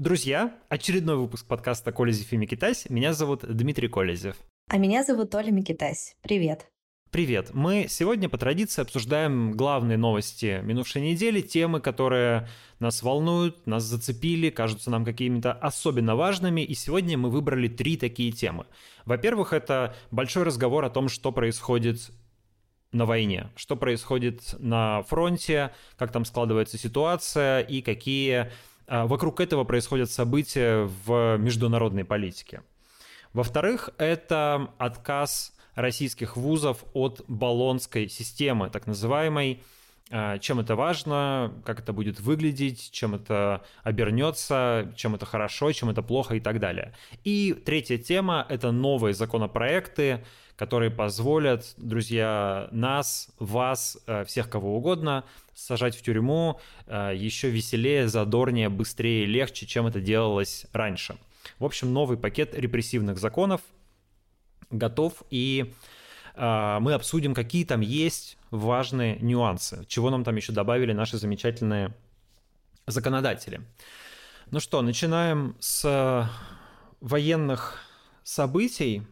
Друзья, очередной выпуск подкаста «Колезев и Микитась». Меня зовут Дмитрий Колезев. А меня зовут Оля Микитась. Привет. Привет. Мы сегодня по традиции обсуждаем главные новости минувшей недели, темы, которые нас волнуют, нас зацепили, кажутся нам какими-то особенно важными. И сегодня мы выбрали 3 такие темы. Во-первых, это большой разговор о том, что происходит на войне, что происходит на фронте, как там складывается ситуация и какие вокруг этого происходят события в международной политике. Во-вторых, это отказ российских вузов от Болонской системы, так называемой. Чем это важно, как это будет выглядеть, чем это обернется, чем это хорошо, чем это плохо и так далее. И третья тема – это новые законопроекты, которые позволят, друзья, нас, вас, всех кого угодно сажать в тюрьму еще веселее, задорнее, быстрее, легче, чем это делалось раньше. В общем, новый пакет репрессивных законов готов, и мы обсудим, какие там есть важные нюансы, чего нам там еще добавили наши замечательные законодатели. Ну что, начинаем с военных событий.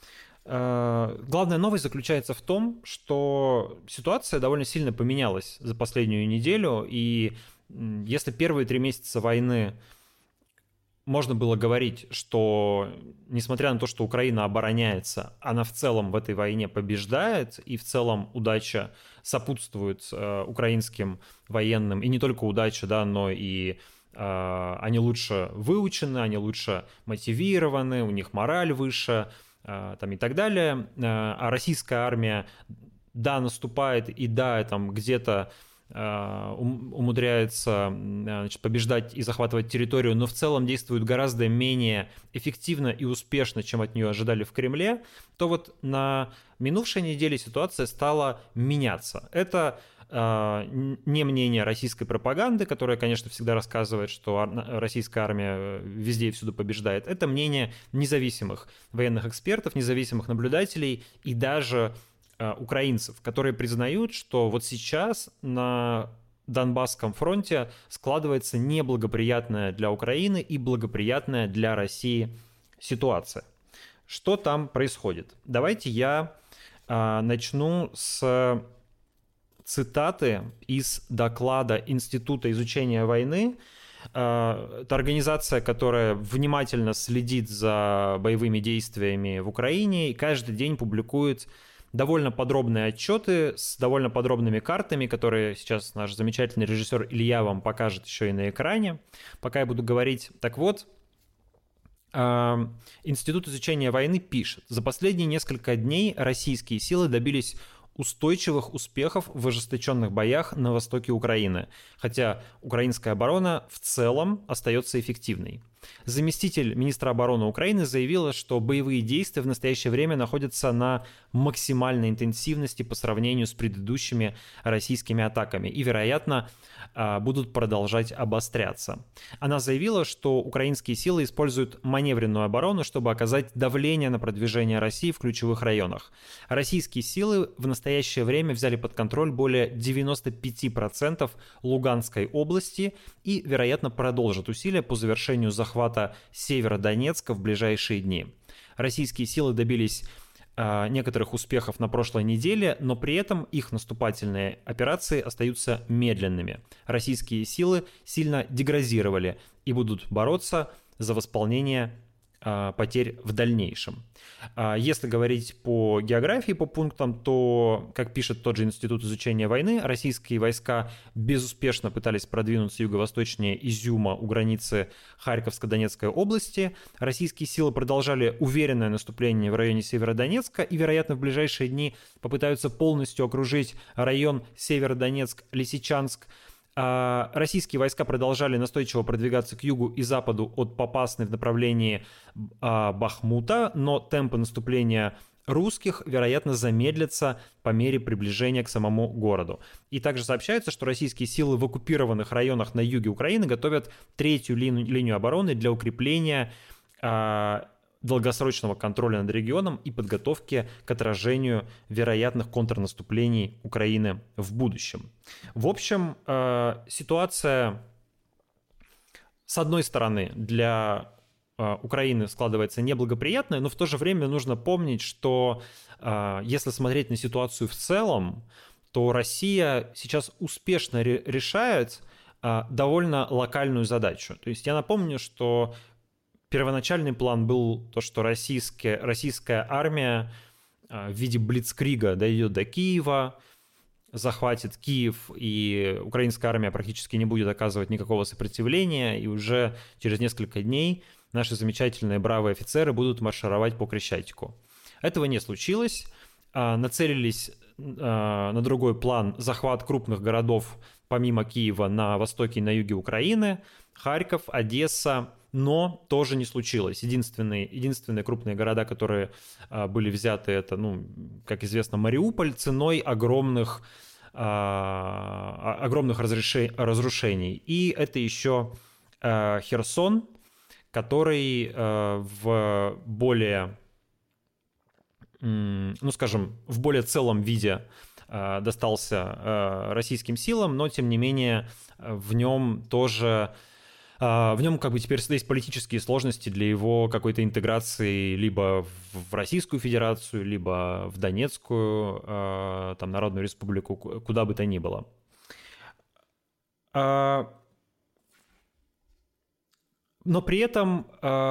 Главная новость заключается в том, что ситуация довольно сильно поменялась за последнюю неделю, и если первые 3 месяца войны можно было говорить, что, несмотря на то, что Украина обороняется, она в целом в этой войне побеждает, и в целом удача сопутствует украинским военным, и не только удача, да, но и они лучше выучены, они лучше мотивированы, у них мораль выше, там и так далее. А российская армия, да, наступает, и да, там где-то умудряется, значит, побеждать и захватывать территорию, но в целом действует гораздо менее эффективно и успешно, чем от нее ожидали в Кремле, то вот на минувшей неделе ситуация стала меняться. Это не мнение российской пропаганды, которая, конечно, всегда рассказывает, что российская армия везде и всюду побеждает. Это мнение независимых военных экспертов, независимых наблюдателей и даже украинцев, которые признают, что вот сейчас на Донбасском фронте складывается неблагоприятная для Украины и благоприятная для России ситуация. Что там происходит? Давайте я начну с цитаты из доклада Института изучения войны. Это организация, которая внимательно следит за боевыми действиями в Украине и каждый день публикует довольно подробные отчеты с довольно подробными картами, которые сейчас наш замечательный режиссер Илья вам покажет еще и на экране, пока я буду говорить. Так вот, Институт изучения войны пишет: за последние несколько дней российские силы добились устойчивых успехов в ожесточенных боях на востоке Украины, хотя украинская оборона в целом остается эффективной. Заместитель министра обороны Украины заявила, что боевые действия в настоящее время находятся на максимальной интенсивности по сравнению с предыдущими российскими атаками и, вероятно, будут продолжать обостряться. Она заявила, что украинские силы используют маневренную оборону, чтобы оказать давление на продвижение России в ключевых районах. Российские силы в настоящее время взяли под контроль более 95% Луганской области и, вероятно, продолжат усилия по завершению захвата Северодонецка в ближайшие дни. Российские силы добились некоторых успехов на прошлой неделе, но при этом их наступательные операции остаются медленными. Российские силы сильно деградировали и будут бороться за восполнение потерь в дальнейшем. Если говорить по географии, по пунктам, то, как пишет тот же Институт изучения войны, российские войска безуспешно пытались продвинуться юго-восточнее Изюма у границы Харьковско-Донецкой области. Российские силы продолжали уверенное наступление в районе Северодонецка и, вероятно, в ближайшие дни попытаются полностью окружить район Северодонецк-Лисичанск. Российские войска продолжали настойчиво продвигаться к югу и западу от Попасной в направлении Бахмута, но темпы наступления русских, вероятно, замедлятся по мере приближения к самому городу. И также сообщается, что российские силы в оккупированных районах на юге Украины готовят третью линию обороны для укрепления долгосрочного контроля над регионом и подготовки к отражению вероятных контрнаступлений Украины в будущем. В общем, ситуация с одной стороны, для Украины складывается неблагоприятная, но в то же время нужно помнить, что если смотреть на ситуацию в целом, то Россия сейчас успешно решает довольно локальную задачу. То есть я напомню, что первоначальный план был то, что российская армия в виде блицкрига дойдет до Киева, захватит Киев, и украинская армия практически не будет оказывать никакого сопротивления, и уже через несколько дней наши замечательные бравые офицеры будут маршировать по Крещатику. Этого не случилось. Нацелились на другой план захват крупных городов помимо Киева на востоке и на юге Украины, Харьков, Одесса, но тоже не случилось. Единственные крупные города, которые были взяты, это, как известно, Мариуполь ценой огромных разрушений. И это еще Херсон, который в более, в более целом виде достался российским силам, но тем не менее в нем как бы теперь есть политические сложности для его какой-то интеграции либо в Российскую Федерацию, либо в Донецкую, там, Народную Республику, куда бы то ни было. Но при этом,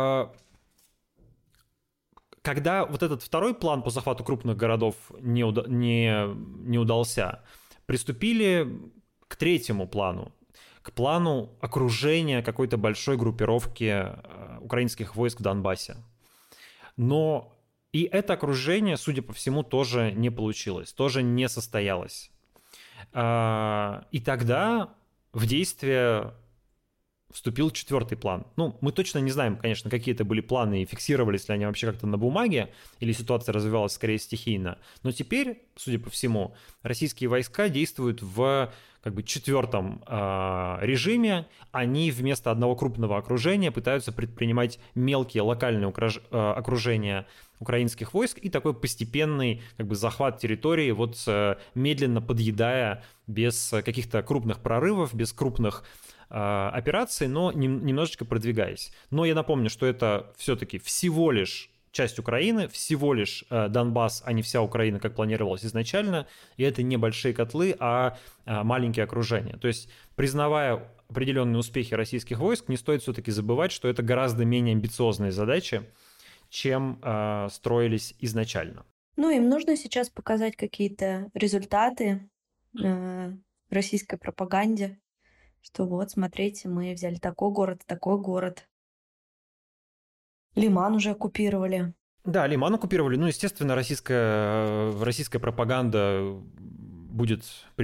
когда вот этот второй план по захвату крупных городов не удался, приступили к третьему плану, к плану окружения какой-то большой группировки украинских войск в Донбассе. Но и это окружение, судя по всему, тоже не получилось, тоже не состоялось. И тогда в действие вступил четвертый план. Мы точно не знаем, конечно, какие это были планы и фиксировались ли они вообще как-то на бумаге, или ситуация развивалась скорее стихийно. Но теперь, судя по всему, российские войска действуют в как бы четвертом режиме. Они вместо одного крупного окружения пытаются предпринимать мелкие локальные окружения украинских войск и такой постепенный как бы захват территории, вот медленно подъедая без каких-то крупных прорывов, без крупных операций, но немножечко продвигаясь. Но я напомню, что это все-таки всего лишь часть Украины, всего лишь Донбасс, а не вся Украина, как планировалось изначально, и это не большие котлы, а маленькие окружения. То есть, признавая определенные успехи российских войск, не стоит все-таки забывать, что это гораздо менее амбициозные задачи, чем строились изначально. Им нужно сейчас показать какие-то результаты российской пропаганде, что вот, смотрите, мы взяли такой город. Лиман уже оккупировали. Да, Лиман оккупировали. Естественно, российская пропаганда будет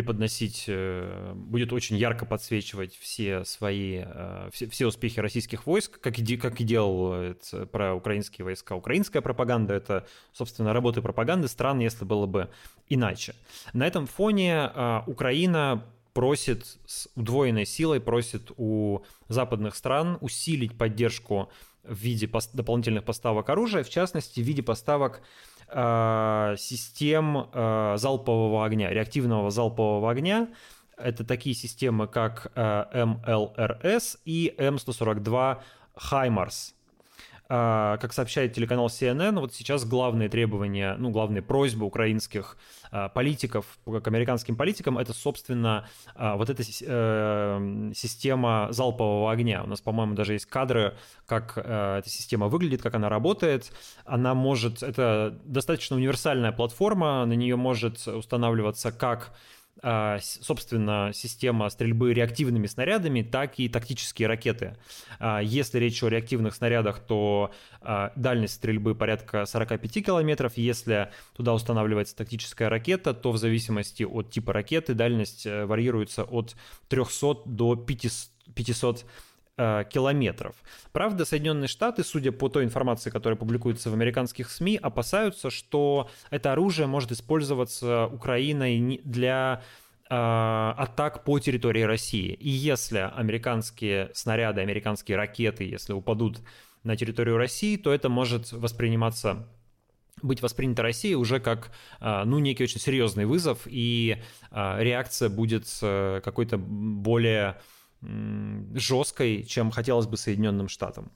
очень ярко подсвечивать все успехи российских войск, как и делал это про украинские войска. Украинская пропаганда — это, собственно, работа пропаганды. Странно, если было бы иначе. На этом фоне Украина с удвоенной силой просит у западных стран усилить поддержку в виде дополнительных поставок оружия, в частности, в виде поставок систем залпового огня, реактивного залпового огня. Это такие системы, как МЛРС и М142 HIMARS. Как сообщает телеканал CNN, вот сейчас главные требования, главные просьбы украинских политиков к американским политикам — это, собственно, вот эта система залпового огня. У нас, по-моему, даже есть кадры, как эта система выглядит, как она работает. Это достаточно универсальная платформа, на нее может устанавливаться как собственно, система стрельбы реактивными снарядами, так и тактические ракеты. Если речь о реактивных снарядах, то дальность стрельбы порядка 45 километров. Если туда устанавливается тактическая ракета, то в зависимости от типа ракеты дальность варьируется от 300 до 500 километров. Правда, Соединенные Штаты, судя по той информации, которая публикуется в американских СМИ, опасаются, что это оружие может использоваться Украиной для атак по территории России. И если американские снаряды, американские ракеты, если упадут на территорию России, то это может быть воспринято Россией уже как некий очень серьезный вызов, и реакция будет какой-то более жесткой, чем хотелось бы Соединенным Штатам.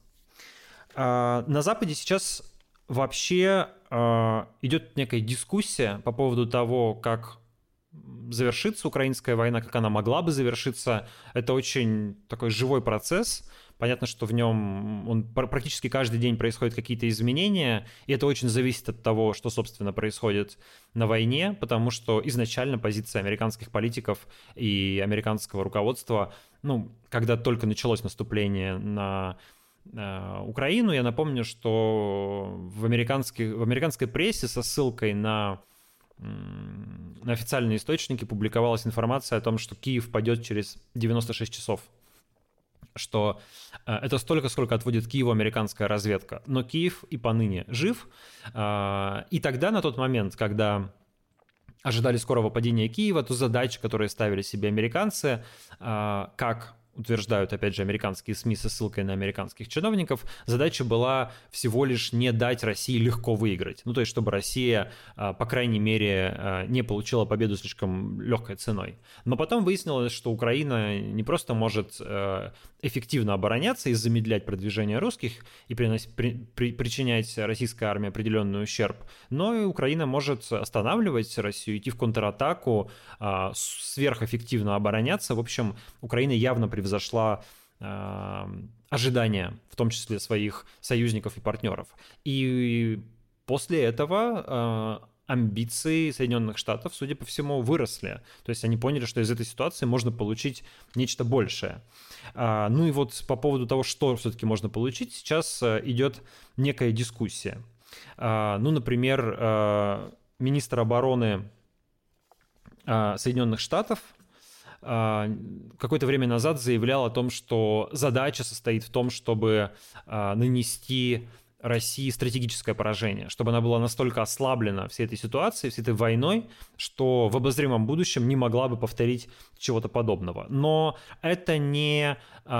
На Западе сейчас вообще идет некая дискуссия по поводу того, как завершится украинская война, как она могла бы завершиться. Это очень такой живой процесс. Понятно, что в нем практически каждый день происходят какие-то изменения, и это очень зависит от того, что, собственно, происходит на войне, потому что изначально позиция американских политиков и американского руководства, когда только началось наступление на Украину, я напомню, что в американской прессе со ссылкой на официальные источники публиковалась информация о том, что Киев падет через 96 часов. Что это столько, сколько отводит Киеву американская разведка. Но Киев и поныне жив. И тогда, на тот момент, когда ожидали скорого падения Киева, то задачи, которые ставили себе американцы, как утверждают, опять же, американские СМИ со ссылкой на американских чиновников, задача была всего лишь не дать России легко выиграть. То есть, чтобы Россия, по крайней мере, не получила победу слишком легкой ценой. Но потом выяснилось, что Украина не просто может эффективно обороняться и замедлять продвижение русских и причинять российской армии определенный ущерб, но и Украина может останавливать Россию, идти в контратаку, сверхэффективно обороняться. В общем, Украина явно превзошла ожидания, в том числе своих союзников и партнеров. И после этого амбиции Соединенных Штатов, судя по всему, выросли. То есть они поняли, что из этой ситуации можно получить нечто большее. И вот по поводу того, что все-таки можно получить, сейчас идет некая дискуссия. Например, министр обороны Соединенных Штатов какое-то время назад заявлял о том, что задача состоит в том, чтобы нанести России стратегическое поражение, чтобы она была настолько ослаблена всей этой ситуацией, всей этой войной, что в обозримом будущем не могла бы повторить чего-то подобного. Но это не...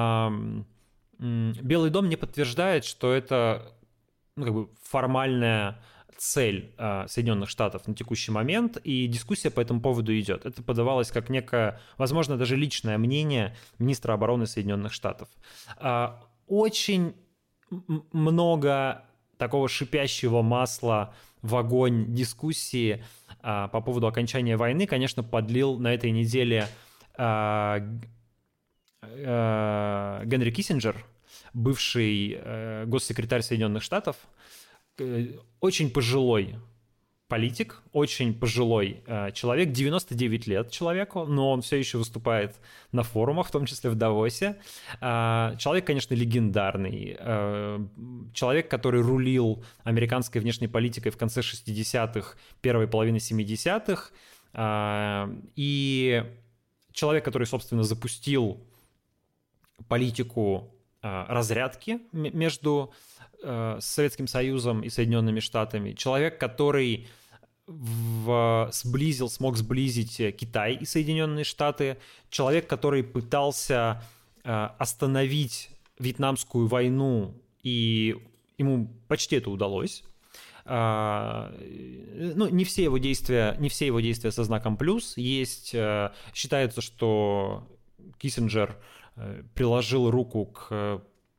Белый дом не подтверждает, что это формальная цель Соединенных Штатов на текущий момент, и дискуссия по этому поводу идет. Это подавалось как некое, возможно, даже личное мнение министра обороны Соединенных Штатов. Очень много такого шипящего масла в огонь дискуссии по поводу окончания войны, конечно, подлил на этой неделе Генри Киссинджер, бывший госсекретарь Соединенных Штатов, очень пожилой политик, очень пожилой человек, 99 лет человеку, но он все еще выступает на форумах, в том числе в Давосе. Человек, конечно, легендарный. Человек, который рулил американской внешней политикой в конце 60-х, первой половины 70-х. И человек, который, собственно, запустил политику разрядки между Советским Союзом и Соединенными Штатами. Человек, который смог сблизить Китай и Соединенные Штаты. Человек, который пытался остановить Вьетнамскую войну, и ему почти это удалось. Не все его действия со знаком плюс. Считается, что Киссинджер приложил руку к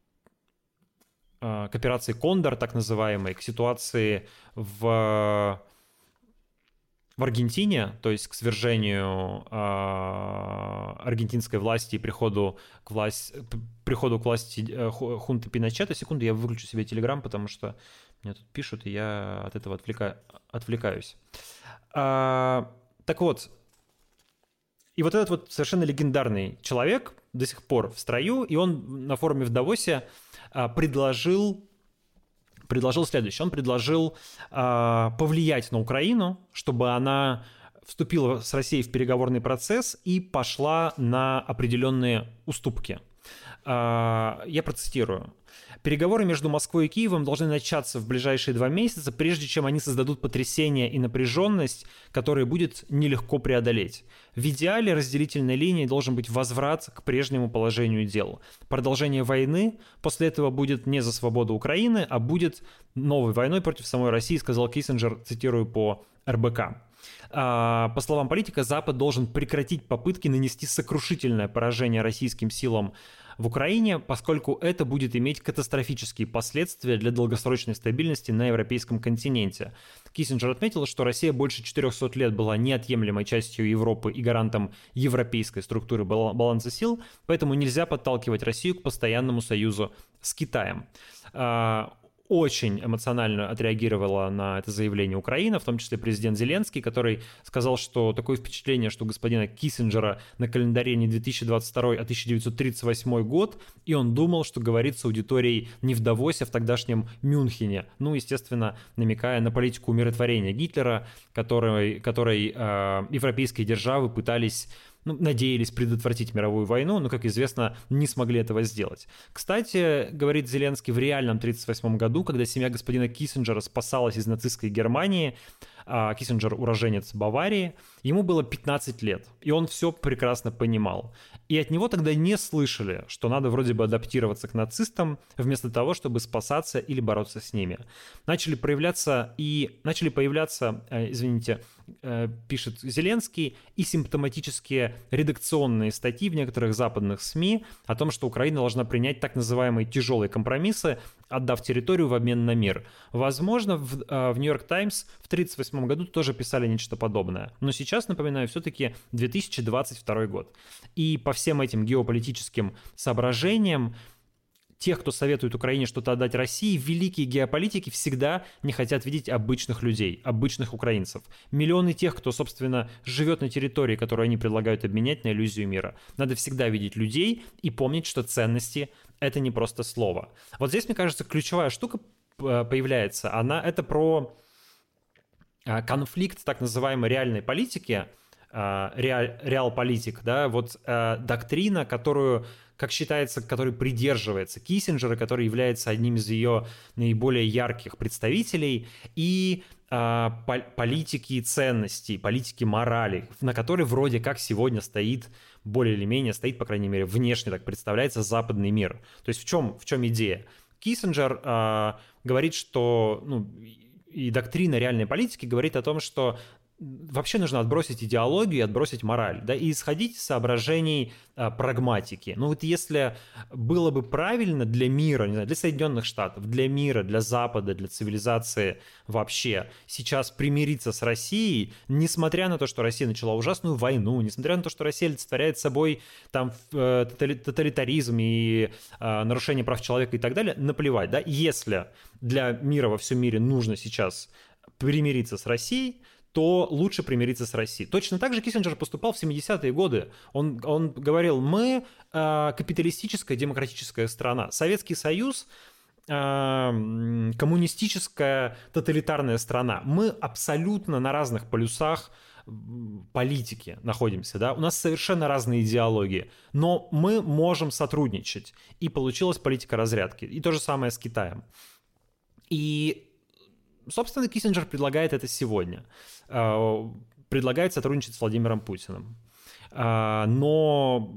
операции «Кондор», так называемой, к ситуации в Аргентине, то есть к свержению аргентинской власти и приходу к власти хунты Пиночета. Секунду, я выключу себе Телеграм, потому что мне тут пишут, и я от этого отвлекаюсь. Так вот, и вот этот вот совершенно легендарный человек до сих пор в строю, и он на форуме в Давосе предложил следующее. Он предложил повлиять на Украину, чтобы она вступила с Россией в переговорный процесс и пошла на определенные уступки. Я процитирую. Переговоры между Москвой и Киевом должны начаться в ближайшие 2 месяца, прежде чем они создадут потрясение и напряженность, которые будет нелегко преодолеть. В идеале разделительной линией должен быть возврат к прежнему положению дел. Продолжение войны после этого будет не за свободу Украины, а будет новой войной против самой России, сказал Киссинджер, цитирую по РБК. По словам политика, Запад должен прекратить попытки нанести сокрушительное поражение российским силам в Украине, поскольку это будет иметь катастрофические последствия для долгосрочной стабильности на европейском континенте. Киссинджер отметил, что Россия больше 400 лет была неотъемлемой частью Европы и гарантом европейской структуры баланса сил, поэтому нельзя подталкивать Россию к постоянному союзу с Китаем. Очень эмоционально отреагировала на это заявление Украина, в том числе президент Зеленский, который сказал, что такое впечатление, что у господина Киссинджера на календаре не 2022, а 1938 год, и он думал, что говорит с аудиторией не в Давосе, а в тогдашнем Мюнхене. Ну, естественно, намекая на политику умиротворения Гитлера, которой европейские державы пытались надеялись предотвратить мировую войну, но, как известно, не смогли этого сделать. Кстати, говорит Зеленский, в реальном 1938 году, когда семья господина Киссинджера спасалась из нацистской Германии, Киссинджер уроженец Баварии, ему было 15 лет, и он все прекрасно понимал. И от него тогда не слышали, что надо вроде бы адаптироваться к нацистам, вместо того, чтобы спасаться или бороться с ними. Начали появляться, пишет Зеленский, и симптоматические редакционные статьи в некоторых западных СМИ о том, что Украина должна принять так называемые тяжелые компромиссы, отдав территорию в обмен на мир. Возможно, в Нью-Йорк Таймс в 1938 году тоже писали нечто подобное. Но сейчас, напоминаю, все-таки 2022 год. И по всем этим геополитическим соображениям тех, кто советует Украине что-то отдать России, великие геополитики всегда не хотят видеть обычных людей, обычных украинцев. Миллионы тех, кто, собственно, живет на территории, которую они предлагают обменять на иллюзию мира. Надо всегда видеть людей и помнить, что ценности — это не просто слово. Вот здесь, мне кажется, ключевая штука появляется. Это про конфликт так называемой реальной политики, реал-политик, да, вот доктрина, которую, как считается, которой придерживается Киссинджер, который является одним из ее наиболее ярких представителей, и политики ценностей, политики морали, на которой вроде как сегодня стоит, более или менее стоит, по крайней мере, внешне так представляется западный мир. То есть в чем идея? Киссинджер говорит, что, и доктрина реальной политики говорит о том, что вообще нужно отбросить идеологию и отбросить мораль, да, и исходить из соображений прагматики. Вот если было бы правильно для мира, не знаю, для Соединенных Штатов, для мира, для Запада, для цивилизации вообще сейчас примириться с Россией, несмотря на то, что Россия начала ужасную войну, несмотря на то, что Россия олицетворяет собой там тоталитаризм и нарушение прав человека и так далее, наплевать, да, если для мира во всем мире нужно сейчас примириться с Россией, то лучше примириться с Россией. Точно так же Киссинджер поступал в 70-е годы. Он говорил, мы капиталистическая демократическая страна. Советский Союз коммунистическая тоталитарная страна. Мы абсолютно на разных полюсах политики находимся, да, у нас совершенно разные идеологии, но мы можем сотрудничать. И получилась политика разрядки. И то же самое с Китаем. И, собственно, Киссинджер предлагает это сегодня. Предлагает сотрудничать с Владимиром Путиным. Но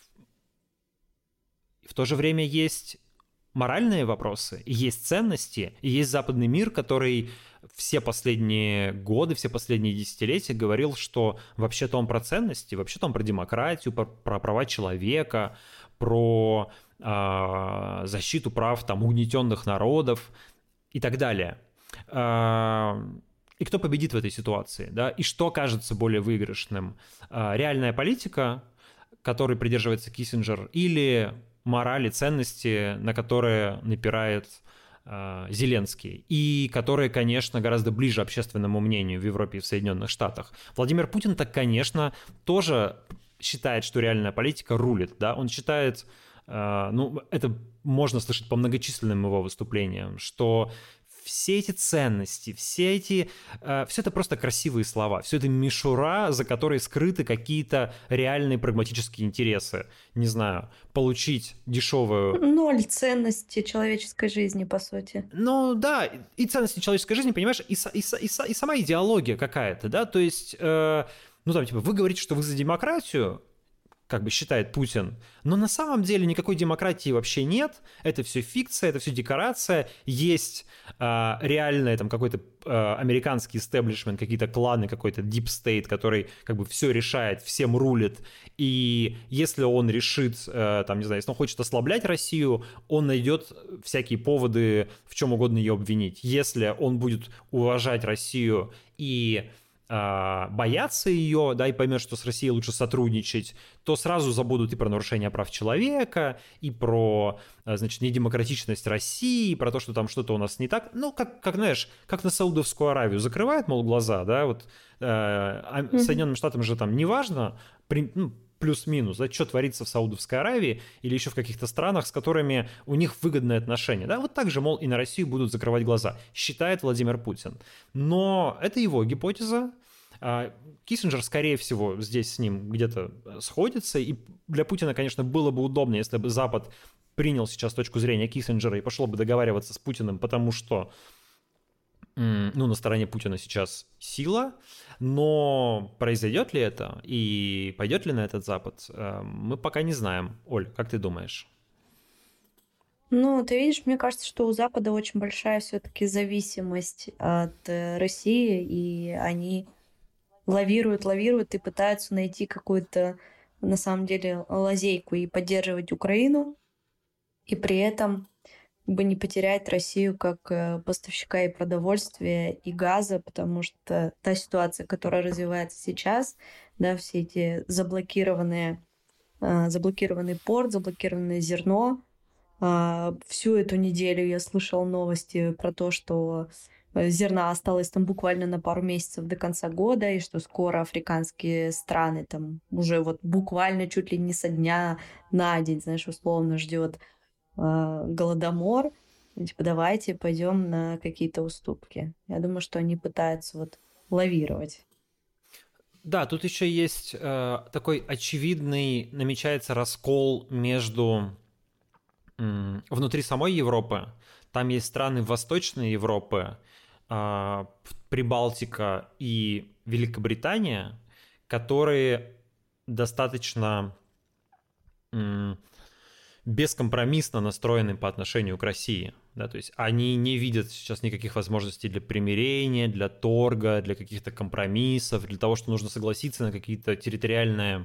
в то же время есть моральные вопросы, и есть ценности, и есть западный мир, который все последние годы, все последние десятилетия говорил, что вообще-то он про ценности, вообще-то он про демократию, про права человека, про защиту прав там угнетенных народов и так далее. И кто победит в этой ситуации, да? И что кажется более выигрышным? Реальная политика, которой придерживается Киссинджер, или мораль и ценности, на которые напирает Зеленский, и которые, конечно, гораздо ближе общественному мнению в Европе и в Соединенных Штатах. Владимир Путин, так, конечно, тоже считает, что реальная политика рулит, да? Он считает, это можно слышать по многочисленным его выступлениям, что все эти ценности, все это просто красивые слова, все это мишура, за которой скрыты какие-то реальные прагматические интересы. Не знаю, получить дешевую... Ноль ценности человеческой жизни, по сути. Ну да, и ценности человеческой жизни, понимаешь, и сама идеология какая-то, да, то есть, ну там, типа, вы говорите, что вы за демократию, как бы считает Путин, но на самом деле никакой демократии вообще нет, это все фикция, это все декорация, есть реальный там какой-то американский истеблишмент, какие-то кланы, какой-то deep state, который как бы все решает, всем рулит, и если он решит, там, не знаю, если он хочет ослаблять Россию, он найдет всякие поводы в чем угодно ее обвинить. Если он будет уважать Россию и боятся ее, да, и поймет, что с Россией лучше сотрудничать, то сразу забудут и про нарушение прав человека, и про, значит, недемократичность России, и про то, что там что-то у нас не так. Ну, как знаешь, как на Саудовскую Аравию закрывают, мол, глаза, да, вот Соединенным Штатам же там неважно, плюс-минус, да, что творится в Саудовской Аравии или еще в каких-то странах, с которыми у них выгодные отношения. Да, вот так же, мол, и на Россию будут закрывать глаза, считает Владимир Путин. Но это его гипотеза. Киссинджер, скорее всего, здесь с ним где-то сходится, и для Путина, конечно, было бы удобно, если бы Запад принял сейчас точку зрения Киссинджера и пошел бы договариваться с Путиным, потому что, ну, на стороне Путина сейчас сила, но произойдет ли это и пойдет ли на этот Запад, мы пока не знаем. Оль, как ты думаешь? Ну, ты видишь, мне кажется, что у Запада очень большая все-таки зависимость от России, и они лавируют и пытаются найти какую-то, на самом деле, лазейку и поддерживать Украину, и при этом бы не потерять Россию как поставщика и продовольствия, и газа, потому что та ситуация, которая развивается сейчас, да, все эти заблокированный порт, заблокированное зерно. Всю эту неделю я слышала новости про то, что зерна осталось там буквально на пару месяцев до конца года, и что скоро африканские страны там уже вот буквально чуть ли не со дня на день, знаешь, условно ждет голодомор. Типа, давайте пойдем на какие-то уступки. Я думаю, что они пытаются вот лавировать. Да, тут еще есть такой очевидный, намечается раскол между внутри самой Европы. Там есть страны Восточной Европы, Прибалтика и Великобритания, которые достаточно бескомпромиссно настроены по отношению к России. Да, то есть они не видят сейчас никаких возможностей для примирения, для торга, для каких-то компромиссов, для того, что нужно согласиться на какие-то территориальные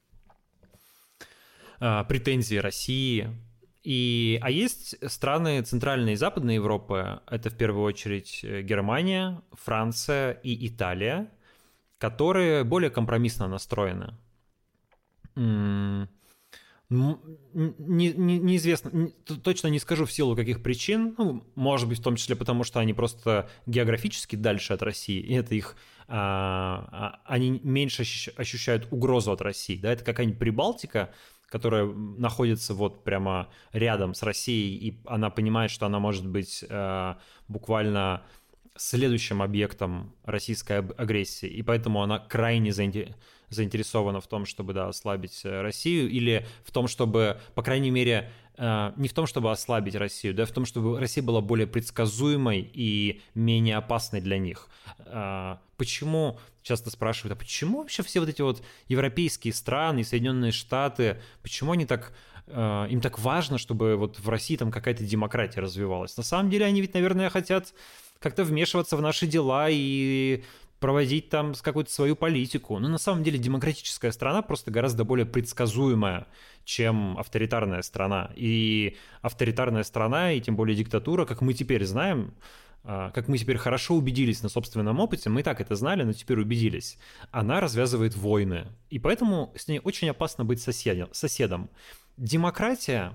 претензии России. А есть страны Центральной и Западной Европы, это в первую очередь Германия, Франция и Италия, которые более компромиссно настроены. Неизвестно, точно не скажу в силу каких причин, ну, может быть, в том числе потому, что они просто географически дальше от России, и это их, они меньше ощущают угрозу от России, да, это какая-нибудь Прибалтика, которая находится вот прямо рядом с Россией, и она понимает, что она может быть буквально следующим объектом российской агрессии, и поэтому она крайне заинтересована в том, чтобы, да, ослабить Россию, или в том, чтобы, по крайней мере, не в том, чтобы ослабить Россию, да, в том, чтобы Россия была более предсказуемой и менее опасной для них. Почему, часто спрашивают, а почему вообще все вот эти вот европейские страны, Соединенные Штаты, почему они так, им так важно, чтобы вот в России там какая-то демократия развивалась? На самом деле они ведь, наверное, хотят как-то вмешиваться в наши дела и проводить там какую-то свою политику. Но на самом деле демократическая страна просто гораздо более предсказуемая, чем авторитарная страна. И авторитарная страна, и тем более диктатура, как мы теперь знаем, как мы теперь хорошо убедились на собственном опыте, мы и так это знали, но теперь убедились, она развязывает войны. И поэтому с ней очень опасно быть соседом. Демократия,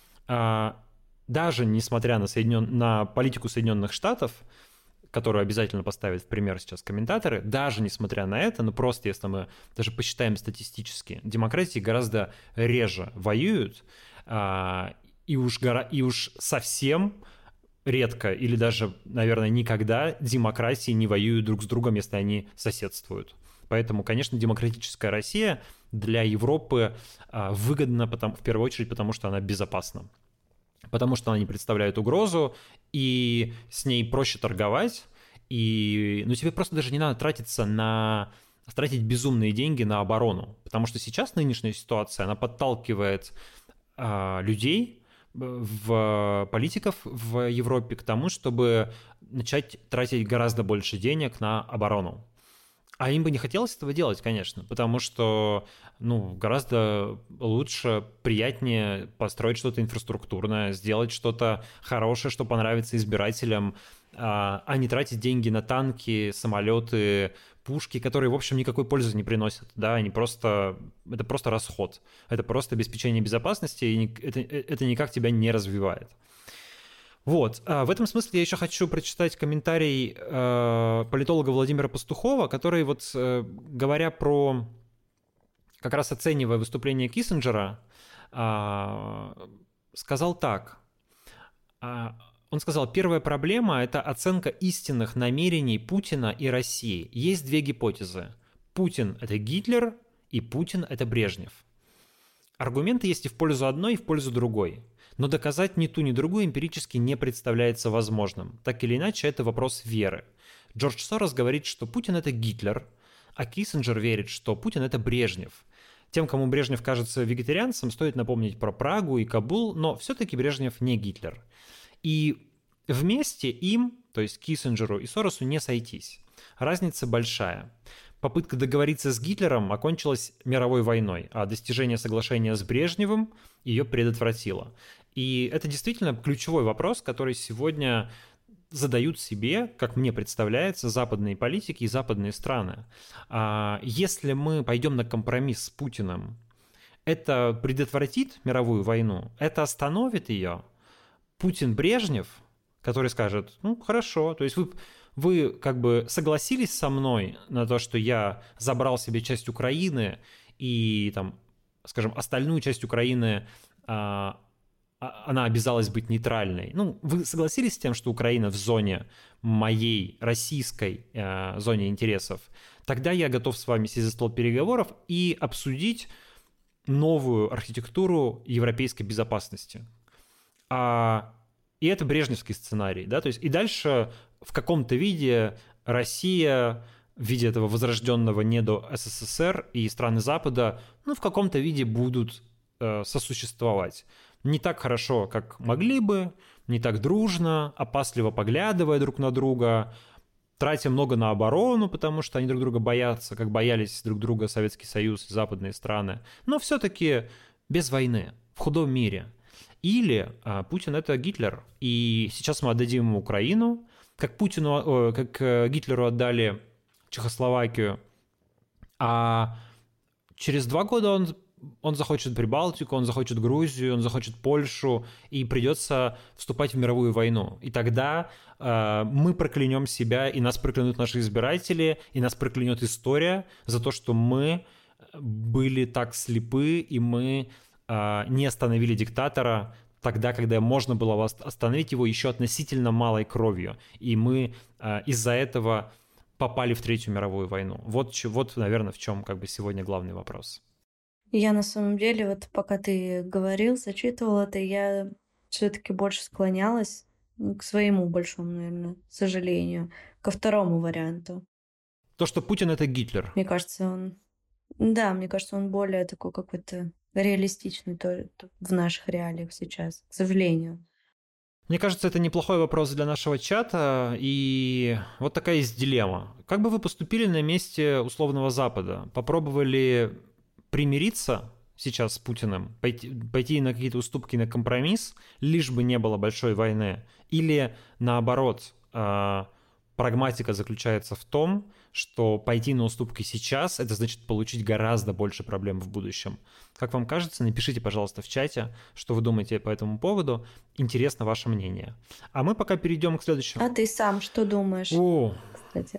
даже несмотря на политику Соединенных Штатов, которую обязательно поставят в пример сейчас комментаторы, даже несмотря на это, ну просто если мы даже посчитаем статистически, демократии гораздо реже воюют, и уж совсем редко или даже, наверное, никогда демократии не воюют друг с другом, если они соседствуют. Поэтому, конечно, демократическая Россия для Европы выгодна в первую очередь потому, что она безопасна. Потому что она не представляет угрозу, и с ней проще торговать, и тебе просто даже не надо тратить безумные деньги на оборону. Потому что сейчас нынешняя ситуация, она подталкивает людей, политиков в Европе к тому, чтобы начать тратить гораздо больше денег на оборону. А им бы не хотелось этого делать, конечно, потому что гораздо лучше, приятнее построить что-то инфраструктурное, сделать что-то хорошее, что понравится избирателям, а не тратить деньги на танки, самолеты, пушки, которые, в общем, никакой пользы не приносят. Да? Это просто расход. Это просто обеспечение безопасности, и это никак тебя не развивает. Вот. В этом смысле я еще хочу прочитать комментарий политолога Владимира Пастухова, который, говоря про, как раз оценивая выступление Киссинджера, сказал так. Он сказал, первая проблема – это оценка истинных намерений Путина и России. Есть две гипотезы. Путин – это Гитлер, и Путин – это Брежнев. Аргументы есть и в пользу одной, и в пользу другой. Но доказать ни ту, ни другую эмпирически не представляется возможным. Так или иначе, это вопрос веры. Джордж Сорос говорит, что Путин – это Гитлер, а Киссинджер верит, что Путин – это Брежнев. Тем, кому Брежнев кажется вегетарианцем, стоит напомнить про Прагу и Кабул, но все-таки Брежнев не Гитлер. И вместе им, то есть Киссинджеру и Соросу, не сойтись. Разница большая. Попытка договориться с Гитлером окончилась мировой войной, а достижение соглашения с Брежневым ее предотвратило. И это действительно ключевой вопрос, который сегодня задают себе, как мне представляется, западные политики и западные страны. Если мы пойдем на компромисс с Путиным, это предотвратит мировую войну, это остановит ее. Путин-Брежнев, который скажет, хорошо, то есть вы как бы согласились со мной на то, что я забрал себе часть Украины и, скажем, остальную часть Украины она обязалась быть нейтральной. Вы согласились с тем, что Украина в зоне моей российской зоне интересов? Тогда я готов с вами сесть за стол переговоров и обсудить новую архитектуру европейской безопасности. И это брежневский сценарий, да, то есть и дальше в каком-то виде Россия в виде этого возрожденного недо СССР и страны Запада, в каком-то виде будут сосуществовать. Не так хорошо, как могли бы, не так дружно, опасливо поглядывая друг на друга, тратя много на оборону, потому что они друг друга боятся, как боялись друг друга Советский Союз и западные страны, но все-таки без войны, в худом мире. Или Путин – это Гитлер, и сейчас мы отдадим ему Украину, как Гитлеру отдали Чехословакию, а через 2 года он захочет Прибалтику, он захочет Грузию, он захочет Польшу, и придется вступать в мировую войну. И тогда мы проклянем себя, и нас проклянут наши избиратели, и нас проклянет история за то, что мы были так слепы, и мы не остановили диктатора тогда, когда можно было остановить его еще относительно малой кровью. И мы из-за этого попали в Третью мировую войну. Вот, наверное, в чем сегодня главный вопрос. Я на самом деле, пока ты говорил, зачитывал это, я все-таки больше склонялась к своему большому, наверное, сожалению, ко второму варианту. То, что Путин — это Гитлер. Мне кажется, он более такой какой-то реалистичный в наших реалиях сейчас, к сожалению. Мне кажется, это неплохой вопрос для нашего чата, и вот такая есть дилемма. Как бы вы поступили на месте условного Запада? Попробовали примириться сейчас с Путиным, пойти на какие-то уступки, на компромисс, лишь бы не было большой войны? Или наоборот, прагматика заключается в том, что пойти на уступки сейчас – это значит получить гораздо больше проблем в будущем. Как вам кажется, напишите, пожалуйста, в чате, что вы думаете по этому поводу. Интересно ваше мнение. А мы пока перейдем к следующему. А ты сам что думаешь, кстати?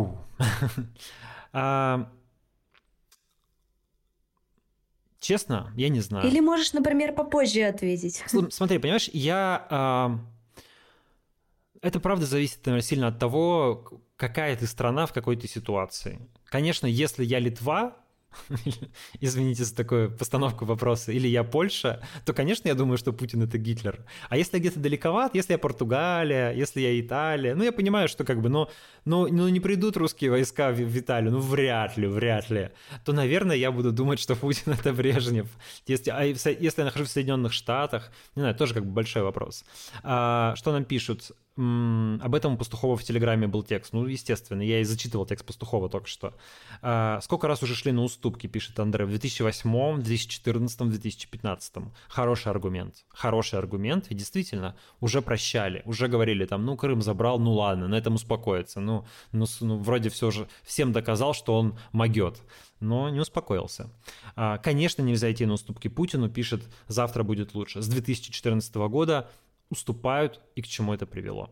Честно, я не знаю. Или можешь, например, попозже ответить. Смотри, понимаешь, я Это, правда, зависит, наверное, сильно от того, какая ты страна в какой ты ситуации. Конечно, если я Литва, извините за такую постановку вопроса, или я Польша, то, конечно, я думаю, что Путин — это Гитлер. А если я где-то далековат, если я Португалия, если я Италия, я понимаю, что не придут русские войска в Италию, вряд ли, то, наверное, я буду думать, что Путин — это Брежнев. Если я нахожусь в Соединенных Штатах, не знаю, тоже большой вопрос. Что нам пишут? Об этом у Пастухова в Телеграме был текст. Естественно, я и зачитывал текст Пастухова только что. Сколько раз уже шли на уступки, пишет Андрей, в 2008, 2014, 2015. Хороший аргумент, ведь действительно уже прощали, уже говорили Крым забрал, ладно, на этом успокоиться. Вроде все же всем доказал, что он могет, но не успокоился. Конечно, нельзя идти на уступки Путину, пишет, завтра будет лучше. С 2014 года уступают, и к чему это привело.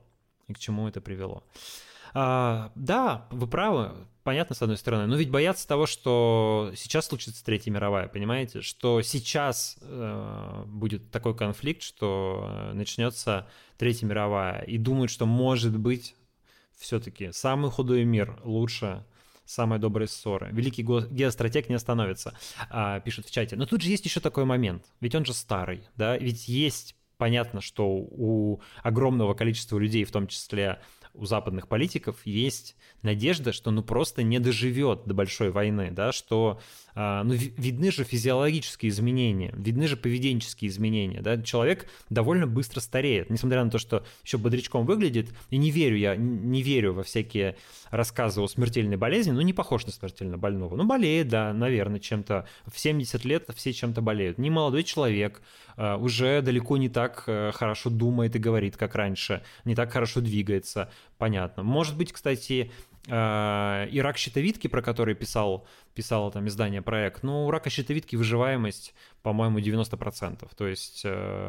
Да, вы правы, понятно, с одной стороны, но ведь боятся того, что сейчас случится Третья мировая, понимаете? Что сейчас будет такой конфликт, что начнется Третья мировая, и думают, что, может быть, все-таки самый худой мир лучше самой доброй ссоры. Великий геостратег не остановится, пишут в чате. Но тут же есть еще такой момент, ведь он же старый, да, ведь есть... Понятно, что у огромного количества людей, в том числе у западных политиков, есть надежда, что просто не доживет до большой войны, да, что видны же физиологические изменения, видны же поведенческие изменения, да, человек довольно быстро стареет, несмотря на то, что еще бодрячком выглядит, и не верю во всякие рассказы о смертельной болезни, не похож на смертельно больного, болеет, да, наверное, чем-то, в 70 лет все чем-то болеют, не молодой человек, уже далеко не так хорошо думает и говорит, как раньше, не так хорошо двигается, понятно. Может быть, кстати, и рак щитовидки, про который писало издание «Проект», у рака щитовидки выживаемость, по-моему, 90%, то есть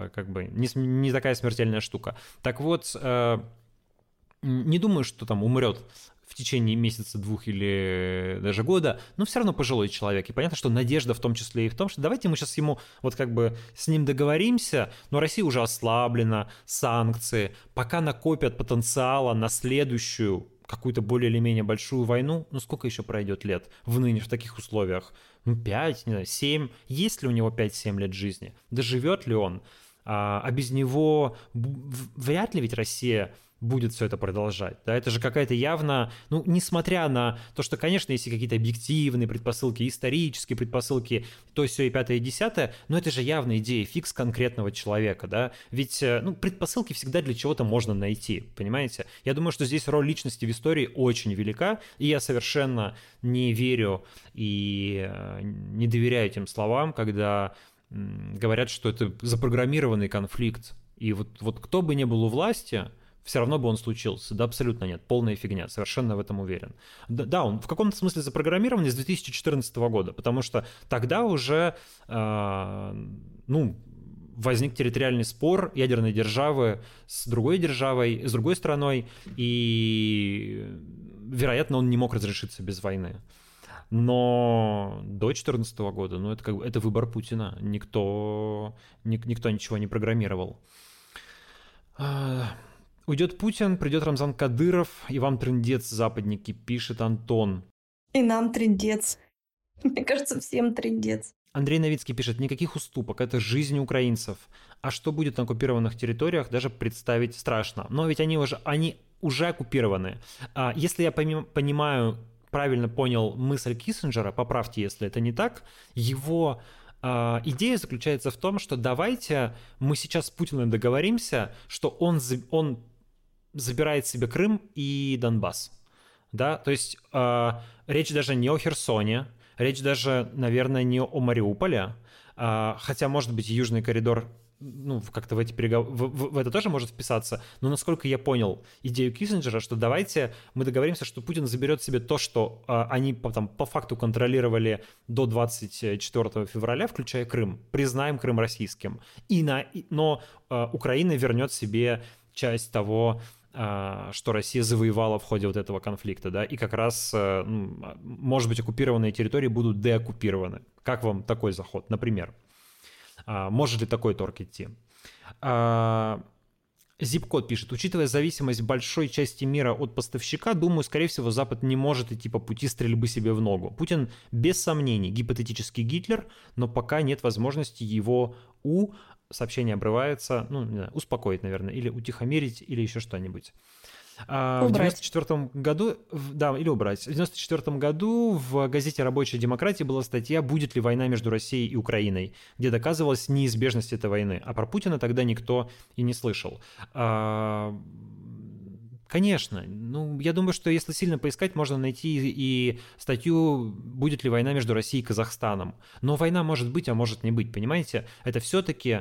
не такая смертельная штука. Так вот, не думаю, что умрет в течение месяца, 2 или даже года, но все равно пожилой человек. И понятно, что надежда в том числе и в том, что давайте мы сейчас ему с ним договоримся, но Россия уже ослаблена, санкции, пока накопят потенциала на следующую какую-то более или менее большую войну, сколько еще пройдет лет в таких условиях? 5, не знаю, 7. Есть ли у него 5-7 лет жизни? Доживет ли он? А без него вряд ли ведь Россия будет все это продолжать. Да? Это же какая-то явно, несмотря на то, что, конечно, есть какие-то объективные предпосылки, исторические предпосылки, то, сё и 5-е, и 10-е, но это же явно идея фикс конкретного человека, да, ведь, предпосылки всегда для чего-то можно найти, понимаете? Я думаю, что здесь роль личности в истории очень велика, и я совершенно не верю и не доверяю этим словам, когда говорят, что это запрограммированный конфликт, и вот кто бы ни был у власти, все равно бы он случился. Да, абсолютно нет. Полная фигня. Совершенно в этом уверен. Да, он в каком-то смысле запрограммирован с 2014 года, потому что тогда уже, возник территориальный спор ядерной державы с другой державой, с другой страной, и, вероятно, он не мог разрешиться без войны. Но до 2014 года, это выбор Путина. Никто ничего не программировал. Уйдет Путин, придет Рамзан Кадыров, и вам трындец, западники, пишет Антон. И нам трындец. Мне кажется, всем трындец. Андрей Новицкий пишет, никаких уступок, это жизнь украинцев. А что будет на оккупированных территориях, даже представить страшно. Но ведь они уже оккупированы. Если я правильно понял мысль Киссинджера, поправьте, если это не так, его идея заключается в том, что давайте мы сейчас с Путиным договоримся, что он забирает себе Крым и Донбасс. Да? То есть речь даже не о Херсоне, речь даже, наверное, не о Мариуполе, хотя, может быть, Южный коридор как-то в это тоже может вписаться, но насколько я понял идею Киссинджера, что давайте мы договоримся, что Путин заберет себе то, что они по факту контролировали до 24 февраля, включая Крым, признаем Крым российским, но Украина вернет себе часть того, что Россия завоевала в ходе вот этого конфликта, да, и как раз, может быть, оккупированные территории будут деоккупированы. Как вам такой заход, например? Может ли такой торг идти? Зипкод пишет: учитывая зависимость большой части мира от поставщика, думаю, скорее всего, Запад не может идти по пути стрельбы себе в ногу. Путин, без сомнений, гипотетический Гитлер, но пока нет возможности его сообщение обрывается, ну, не знаю, успокоить, наверное, или утихомирить, или еще что-нибудь. В 94 году, да, или убрать. В 94 году в газете «Рабочая демократия» была статья «Будет ли война между Россией и Украиной», где доказывалась неизбежность этой войны. А про Путина тогда никто и не слышал. Конечно. Ну, я думаю, что если сильно поискать, можно найти и статью «Будет ли война между Россией и Казахстаном». Но война может быть, а может не быть, понимаете? Это все-таки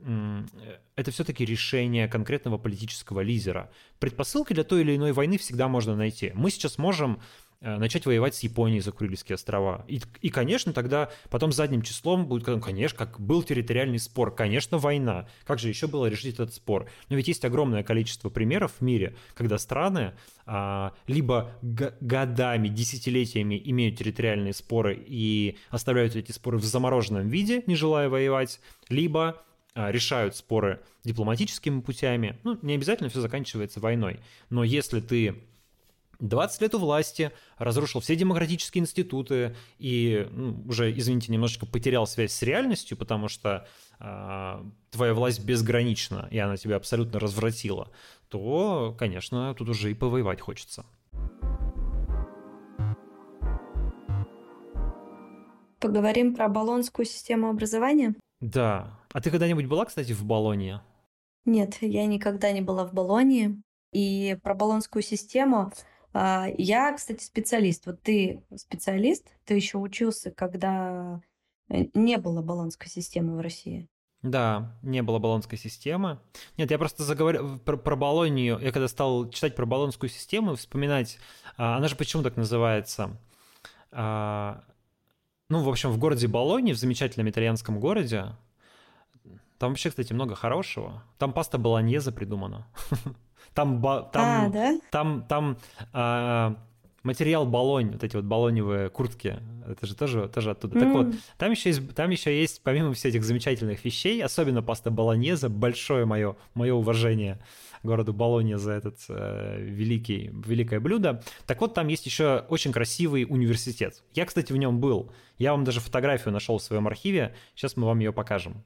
решение конкретного политического лидера. Предпосылки для той или иной войны всегда можно найти. Мы сейчас можем начать воевать с Японией за Курильские острова. И, конечно, тогда потом задним числом будет, конечно, как был территориальный спор, конечно, война. Как же еще было решить этот спор? Но ведь есть огромное количество примеров в мире, когда страны либо годами, десятилетиями имеют территориальные споры и оставляют эти споры в замороженном виде, не желая воевать, либо решают споры дипломатическими путями. Ну, не обязательно все заканчивается войной. Но если ты 20 лет у власти, разрушил все демократические институты и уже, извините, немножечко потерял связь с реальностью, потому что твоя власть безгранична, и она тебя абсолютно развратила, то, конечно, тут уже и повоевать хочется. Поговорим про болонскую систему образования? Да. А ты когда-нибудь была, кстати, в Болонье? Нет, я никогда не была в Болонье. И про болонскую систему я, кстати, специалист. Вот ты специалист, ты еще учился, когда не было болонской системы в России. Да, не было болонской системы. Нет, я просто заговорил про Болонью. Я когда стал читать про болонскую систему, вспоминать, она же почему так называется? Ну, в общем, в городе Болонье, в замечательном итальянском городе, там вообще, кстати, много хорошего. Там паста болоньезе придумана. Там материал Болонь, вот эти вот болоневые куртки, это же тоже оттуда. Так вот, там еще есть, помимо всех этих замечательных вещей, особенно паста болоньезе, большое мое уважение городу Болонье за это великое блюдо. Так вот, там есть еще очень красивый университет. Я, кстати, в нем был. Я вам даже фотографию нашел в своем архиве. Сейчас мы вам ее покажем.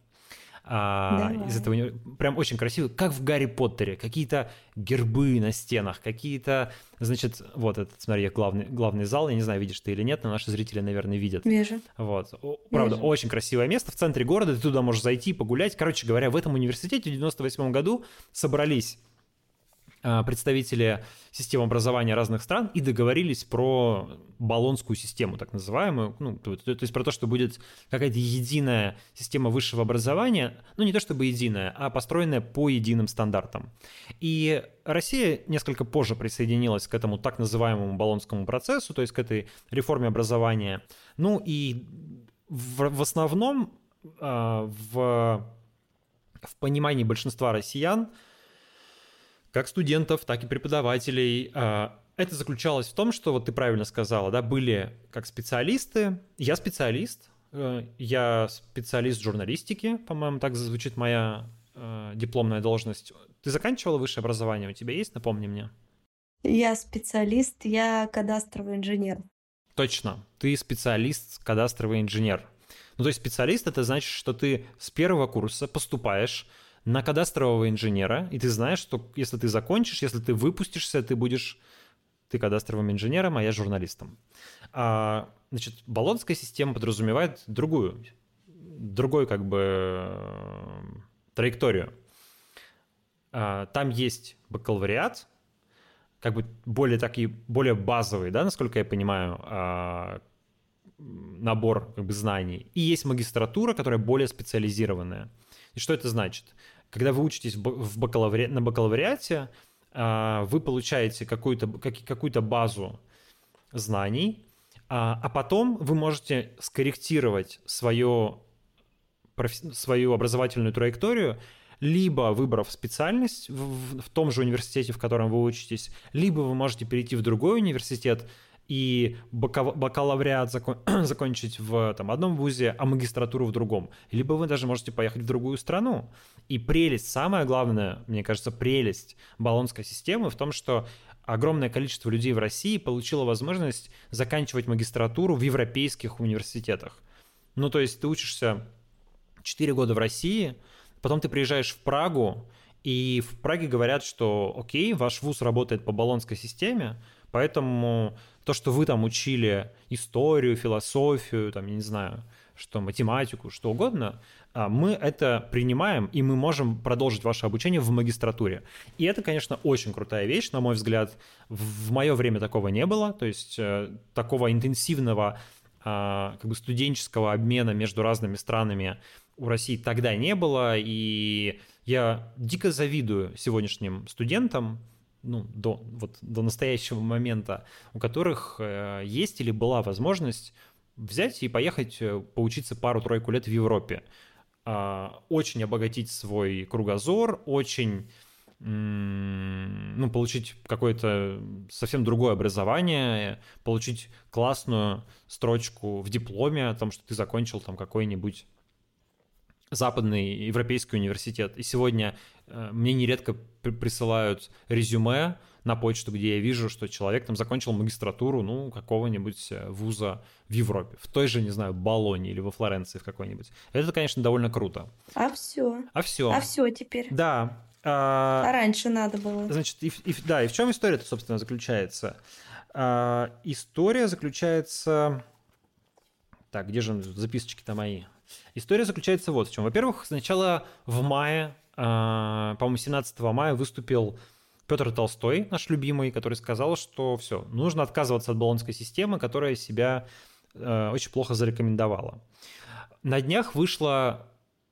Из этого прям очень красиво, как в Гарри Поттере, какие-то гербы на стенах, какие-то, значит, вот этот, смотри, главный зал, я не знаю, видишь ты или нет, но наши зрители, наверное, видят. Вижу. Вот, правда, очень красивое место в центре города, ты туда можешь зайти, погулять. Короче говоря, в этом университете в 98 году собрались представители систем образования разных стран и договорились про болонскую систему, так называемую, ну, то есть про то, что будет какая-то единая система высшего образования, ну, не то чтобы единая, а построенная по единым стандартам. И Россия несколько позже присоединилась к этому так называемому болонскому процессу, то есть к этой реформе образования. Ну, и в основном в понимании большинства россиян, как студентов, так и преподавателей, это заключалось в том, что, вот ты правильно сказала, да, были как специалисты. Я специалист журналистики, по-моему, так звучит моя дипломная должность. Ты заканчивала высшее образование? У тебя есть, напомни мне? Я специалист, я кадастровый инженер. Точно, ты специалист, кадастровый инженер. Ну, то есть специалист — это значит, что ты с первого курса поступаешь на кадастрового инженера, и ты знаешь, что если ты закончишь, если ты выпустишься, ты кадастровым инженером, а я журналистом. Значит, болонская система подразумевает другую как бы траекторию. Там есть бакалавриат, как бы более базовый, да, насколько я понимаю, набор как бы знаний. И есть магистратура, которая более специализированная. И что это значит? Когда вы учитесь на бакалавриате, вы получаете какую-то базу знаний, а потом вы можете скорректировать свою образовательную траекторию, либо выбрав специальность в том же университете, в котором вы учитесь, либо вы можете перейти в другой университет и бакалавриат закончить в одном вузе, а магистратуру в другом. Либо вы даже можете поехать в другую страну. И прелесть, самое главное, мне кажется, прелесть болонской системы в том, что огромное количество людей в России получило возможность заканчивать магистратуру в европейских университетах. Ну, то есть ты учишься 4 года в России, потом ты приезжаешь в Прагу, и в Праге говорят, что окей, ваш вуз работает по болонской системе, поэтому то, что вы там учили историю, философию, там, я не знаю, что математику, что угодно, мы это принимаем, и мы можем продолжить ваше обучение в магистратуре. И это, конечно, очень крутая вещь, на мой взгляд. В мое время такого не было, то есть такого интенсивного как бы студенческого обмена между разными странами у России тогда не было, и я дико завидую сегодняшним студентам, ну, до настоящего момента, у которых есть или была возможность взять и поехать поучиться пару-тройку лет в Европе. Очень обогатить свой кругозор, очень получить какое-то совсем другое образование, получить классную строчку в дипломе о том, что ты закончил там какой-нибудь западный европейский университет. И сегодня мне нередко присылают резюме на почту, где я вижу, что человек там закончил магистратуру, какого-нибудь вуза в Европе. В той же, не знаю, Болонье или во Флоренции в какой-нибудь. Это, конечно, довольно круто. А все теперь. Да. А раньше надо было. Значит, и в чем история-то, собственно, заключается? История заключается... Так, где же записочки-то мои? История заключается вот в чем. Во-первых, сначала в мае, по-моему, 17 мая выступил Петр Толстой, наш любимый, который сказал, что все, нужно отказываться от болонской системы, которая себя очень плохо зарекомендовала. На днях вышло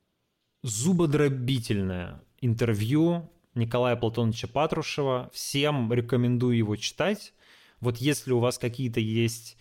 зубодробительное интервью Николая Платоновича Патрушева. Всем рекомендую его читать. Вот если у вас какие-то есть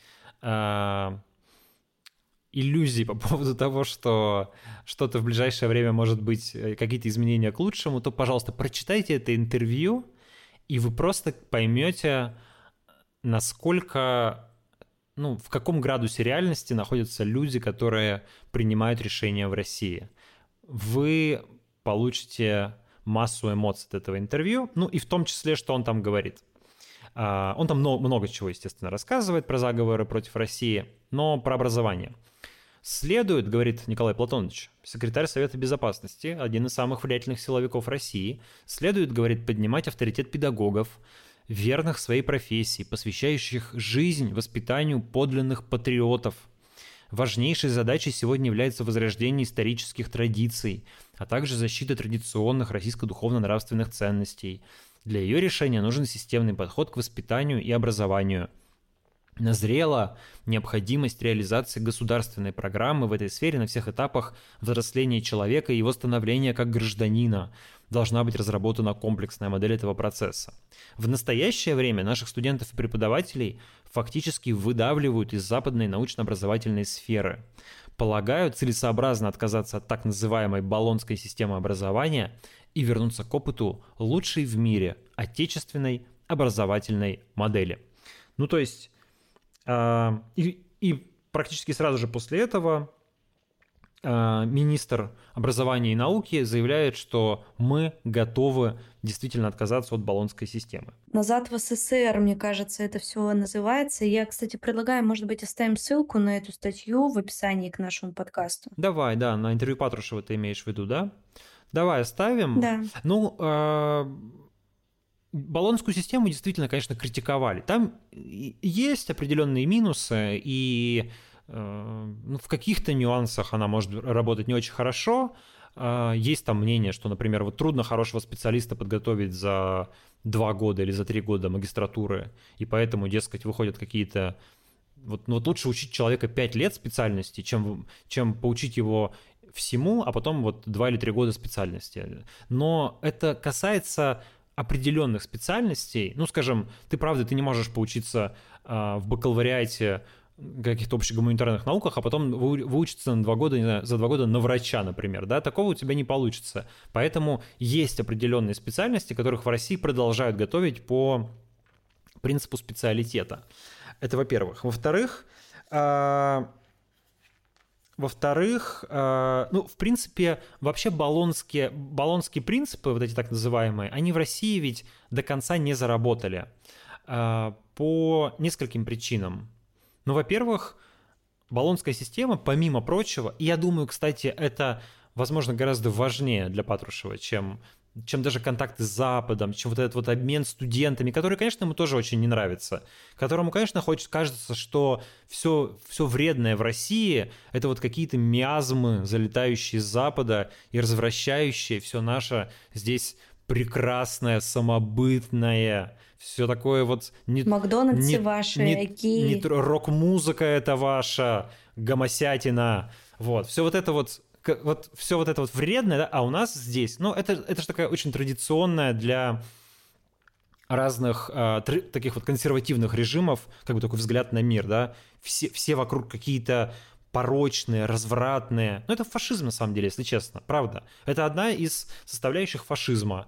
иллюзий по поводу того, что что-то в ближайшее время может быть, какие-то изменения к лучшему, то, пожалуйста, прочитайте это интервью, и вы просто поймете, насколько, в каком градусе реальности находятся люди, которые принимают решения в России. Вы получите массу эмоций от этого интервью, и в том числе, что он там говорит. Он там много чего, естественно, рассказывает про заговоры против России, но про образование. Следует, говорит Николай Платонович, секретарь Совета Безопасности, один из самых влиятельных силовиков России, следует, говорит, поднимать авторитет педагогов, верных своей профессии, посвящающих жизнь воспитанию подлинных патриотов. Важнейшей задачей сегодня является возрождение исторических традиций, а также защита традиционных российско-духовно-нравственных ценностей. Для ее решения нужен системный подход к воспитанию и образованию. Назрела необходимость реализации государственной программы в этой сфере на всех этапах взросления человека и его становления как гражданина. Должна быть разработана комплексная модель этого процесса. В настоящее время наших студентов и преподавателей фактически выдавливают из западной научно-образовательной сферы. Полагаю, целесообразно отказаться от так называемой болонской системы образования и вернуться к опыту лучшей в мире отечественной образовательной модели. То есть и практически сразу же после этого министр образования и науки заявляет, что мы готовы действительно отказаться от болонской системы. «Назад в СССР», мне кажется, это все называется. Я, кстати, предлагаю, может быть, оставим ссылку на эту статью в описании к нашему подкасту. Давай, да, на интервью Патрушева ты имеешь в виду, да? Давай оставим. Да. Болонскую систему действительно, конечно, критиковали. Там есть определенные минусы, и в каких-то нюансах она может работать не очень хорошо. Есть там мнение, что, например, трудно хорошего специалиста подготовить за 2 года или за 3 года магистратуры, и поэтому, дескать, выходят какие-то... лучше учить человека 5 лет специальности, чем поучить его всему, а потом 2 или 3 года специальности. Но это касается определенных специальностей. Скажем, ты не можешь поучиться в бакалавриате каких-то общегуманитарных науках, а потом выучиться за 2 года на врача, например. Да? Такого у тебя не получится. Поэтому есть определенные специальности, которых в России продолжают готовить по принципу специалитета. Это во-первых. А, во-вторых, ну, в принципе, вообще болонские принципы, вот эти так называемые, они в России ведь до конца не заработали по нескольким причинам. Ну, во-первых, болонская система, помимо прочего, и я думаю, кстати, это, возможно, гораздо важнее для Патрушева, чем даже контакты с Западом, чем вот этот вот обмен студентами, который, конечно, ему тоже очень не нравится, которому, конечно, кажется, что все вредное в России — это вот какие-то миазмы, залетающие с Запада и развращающие все наше здесь прекрасное, самобытное, все такое вот Макдональдсы ваши, не окей. рок-музыка это ваша, гомосятина, вот, все вот это вот все вот это вот вредное, да, а у нас здесь, ну, это же такая очень традиционная для разных таких вот консервативных режимов, как бы такой взгляд на мир, да, все вокруг какие-то порочные, развратные. Ну, это фашизм, на самом деле, если честно, правда. Это одна из составляющих фашизма.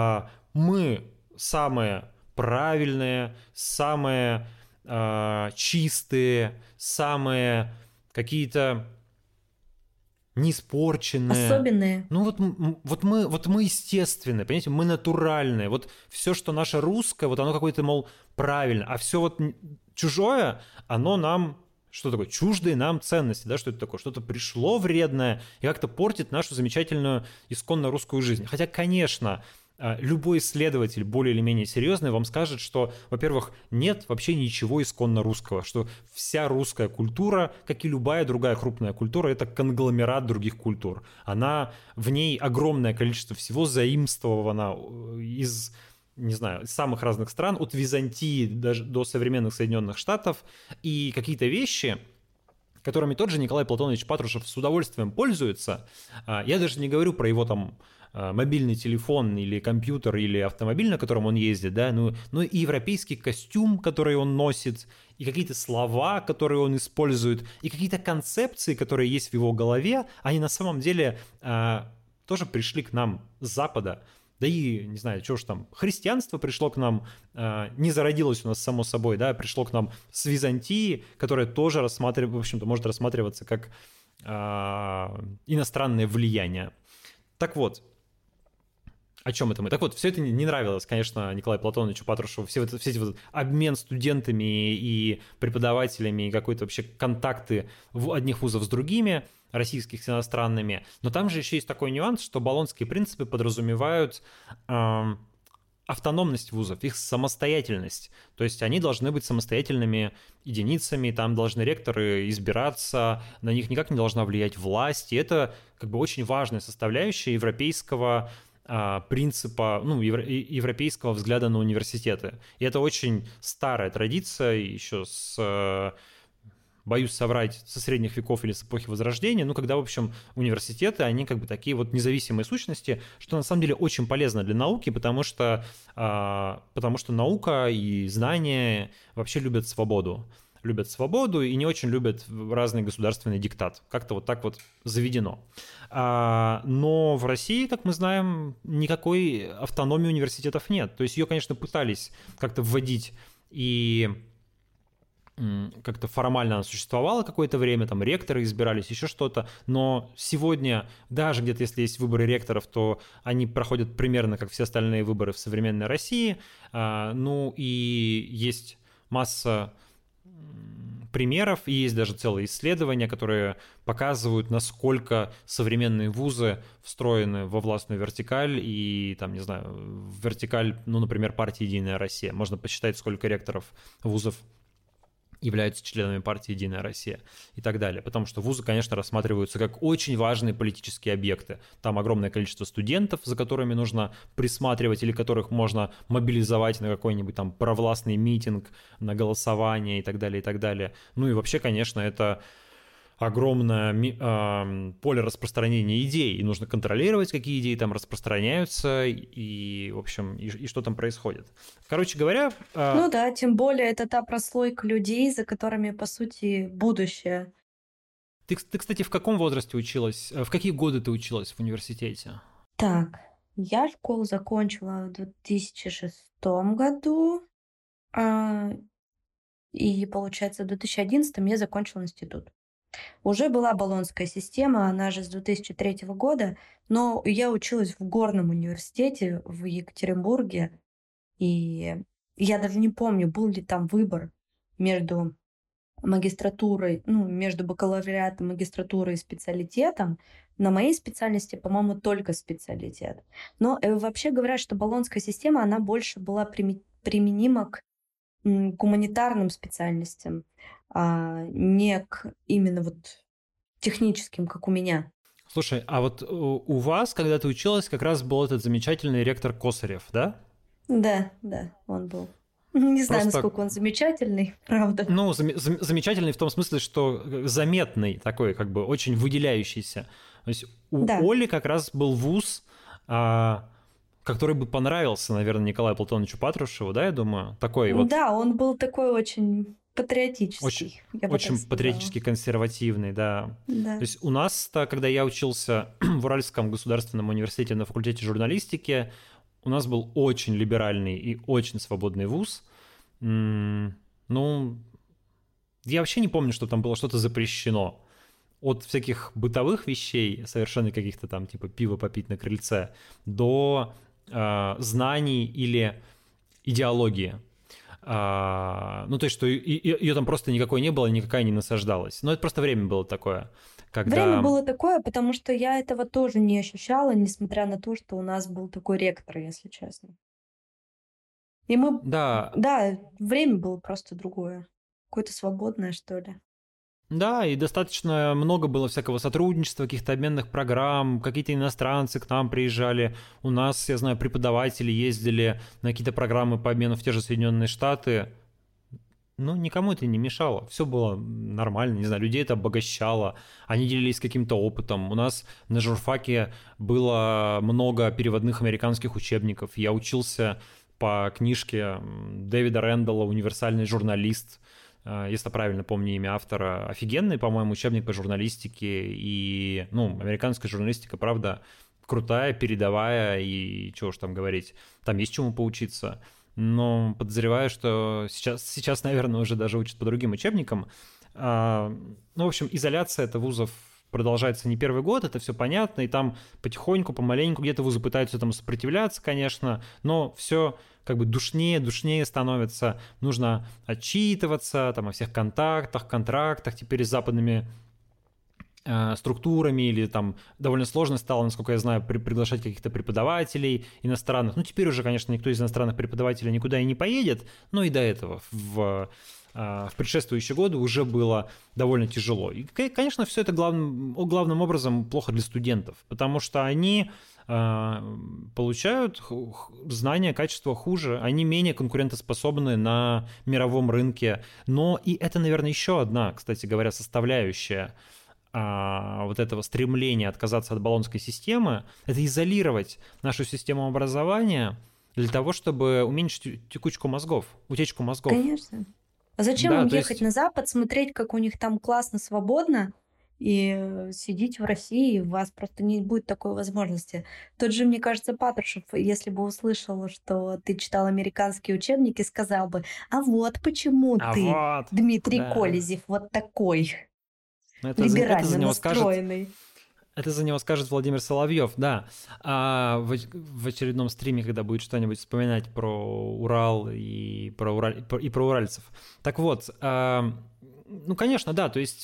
Мы самые правильные, самые чистые, самые какие-то неиспорченные. Особенные. Ну вот мы естественные, понимаете, мы натуральные. Вот все, что наше русское, вот оно какое-то, мол, правильно, а все вот чужое, оно нам что такое? Чуждые нам ценности, да, что это такое? Что-то пришло вредное и как-то портит нашу замечательную исконно русскую жизнь. Хотя, конечно, любой исследователь, более или менее серьезный, вам скажет, что, во-первых, нет вообще ничего исконно русского, что вся русская культура, как и любая другая крупная культура, это конгломерат других культур. В ней огромное количество всего заимствовано из, не знаю, из самых разных стран, от Византии даже до современных Соединенных Штатов, и какие-то вещи, которыми тот же Николай Платонович Патрушев с удовольствием пользуется. Я даже не говорю про его там мобильный телефон или компьютер или автомобиль, на котором он ездит, да, ну и европейский костюм, который он носит, и какие-то слова, которые он использует, и какие-то концепции, которые есть в его голове, они на самом деле тоже пришли к нам с Запада. Да и, не знаю, что ж там, христианство пришло к нам, не зародилось у нас само собой, да, пришло к нам с Византии, которая тоже в общем-то, может рассматриваться как иностранное влияние. Так вот, о чем это мы? Так вот, все это не нравилось, конечно, Николаю Платоновичу Патрушеву, все эти вот обмен студентами и преподавателями, и какой-то вообще контакты одних вузов с другими, российских с иностранными. Но там же еще есть такой нюанс, что болонские принципы подразумевают автономность вузов, их самостоятельность. То есть они должны быть самостоятельными единицами, там должны ректоры избираться, на них никак не должна влиять власть. И это как бы очень важная составляющая европейского принципа, ну, европейского взгляда на университеты. И это очень старая традиция, еще боюсь соврать, со средних веков или с эпохи Возрождения, ну, когда, в общем, университеты, они как бы такие вот независимые сущности, что на самом деле очень полезно для науки, потому что наука и знания вообще любят свободу и не очень любят разный государственный диктат. Как-то вот так вот заведено. Но в России, как мы знаем, никакой автономии университетов нет. То есть ее, конечно, пытались как-то вводить, и как-то формально она существовала какое-то время, там ректоры избирались, еще что-то, но сегодня даже где-то, если есть выборы ректоров, то они проходят примерно как все остальные выборы в современной России. Ну и есть масса примеров, и есть даже целые исследования, которые показывают, насколько современные вузы встроены во властную вертикаль и, там, не знаю, в вертикаль, ну, например, партии «Единая Россия». Можно посчитать, сколько ректоров вузов являются членами партии «Единая Россия» и так далее. Потому что вузы, конечно, рассматриваются как очень важные политические объекты. Там огромное количество студентов, за которыми нужно присматривать или которых можно мобилизовать на какой-нибудь там провластный митинг, на голосование и так далее, и так далее. Ну и вообще, конечно, это огромное поле распространения идей, и нужно контролировать, какие идеи там распространяются, и в общем, и что там происходит. Короче говоря... Ну да, тем более это та прослойка людей, за которыми, по сути, будущее. Ты, кстати, в каком возрасте училась? В какие годы ты училась в университете? Так, я школу закончила в 2006 году. И, получается, в 2011 я закончила институт. Уже была Болонская система, она же с 2003 года, но я училась в горном университете в Екатеринбурге, и я даже не помню, был ли там выбор между магистратурой, ну, между бакалавриатом, магистратурой и специалитетом. На моей специальности, по-моему, только специалитет. Но вообще говорят, что Болонская система, она больше была применима к гуманитарным специальностям, а не к именно вот техническим, как у меня. Слушай, а вот у вас, когда ты училась, как раз был этот замечательный ректор Косарев, да? Да, да, он был. Не знаю, Просто, насколько он замечательный, правда. ну, замечательный в том смысле, что заметный такой, как бы очень выделяющийся. То есть у Да, Оли как раз был вуз, который бы понравился, наверное, Николаю Платоновичу Патрушеву, да, я думаю? Такой вот да, он был такой очень очень, патриотический, я бы так очень сказала. патриотически консервативный, да. То Да. есть у нас-то, когда я учился в Уральском государственном университете на факультете журналистики, у нас был очень либеральный и очень свободный вуз. Ну, я вообще не помню, что там было что-то запрещено. От всяких бытовых вещей, совершенно каких-то там, типа пиво попить на крыльце, до знаний или идеологии. Ну, то есть, что ее там просто никакой не было, никакая не насаждалась. Но это просто время было такое, Время когда... было такое, потому что я этого тоже не ощущала, несмотря на то, что у нас был такой ректор, если честно. И мы, Да, да, время было просто другое. Какое-то свободное, что ли. да, и достаточно много было всякого сотрудничества, каких-то обменных программ, какие-то иностранцы к нам приезжали. У нас, я знаю, преподаватели ездили на какие-то программы по обмену в те же Соединенные Штаты. Ну, никому это не мешало. Все было нормально, не знаю, людей это обогащало. Они делились каким-то опытом. У нас на журфаке было много переводных американских учебников. Я учился по книжке Дэвида Рэндалла «Универсальный журналист», если правильно помню имя автора. Офигенный, по-моему, учебник по журналистике. И, ну, американская журналистика, правда, крутая, передовая, и чего уж там говорить. Там есть чему поучиться. Но подозреваю, что сейчас, наверное, уже даже учат по другим учебникам. Ну, в общем, изоляция это вузов продолжается не первый год, это все понятно, и там потихоньку, помаленьку где-то вузы пытаются этому сопротивляться, конечно, но все как бы душнее становится, нужно отчитываться там о всех контактах, контрактах теперь с западными структурами, или там довольно сложно стало, насколько я знаю, приглашать каких-то преподавателей иностранных. Ну, теперь уже, конечно, никто из иностранных преподавателей никуда и не поедет, но и до этого в предшествующие годы уже было довольно тяжело. И, конечно, все это главным образом плохо для студентов, потому что они получают знания, качество хуже, они менее конкурентоспособны на мировом рынке. Но и это, наверное, еще одна, кстати говоря, составляющая вот этого стремления отказаться от болонской системы, это изолировать нашу систему образования для того, чтобы уменьшить текучку мозгов, утечку мозгов. Конечно. А зачем Да, им то ехать есть... на Запад, смотреть, как у них там классно, свободно, и сидеть в России, у вас просто не будет такой возможности. Тот же, мне кажется, Патрушев, если бы услышал, что ты читал американские учебники, сказал бы, а вот почему А ты, вот, Дмитрий да. Колезев, вот такой, Это либерально за него скажет... настроенный. Это за него скажет Владимир Соловьев, да. А в очередном стриме, когда будет что-нибудь вспоминать про Урал и про уральцев. Так вот, ну, конечно, да, то есть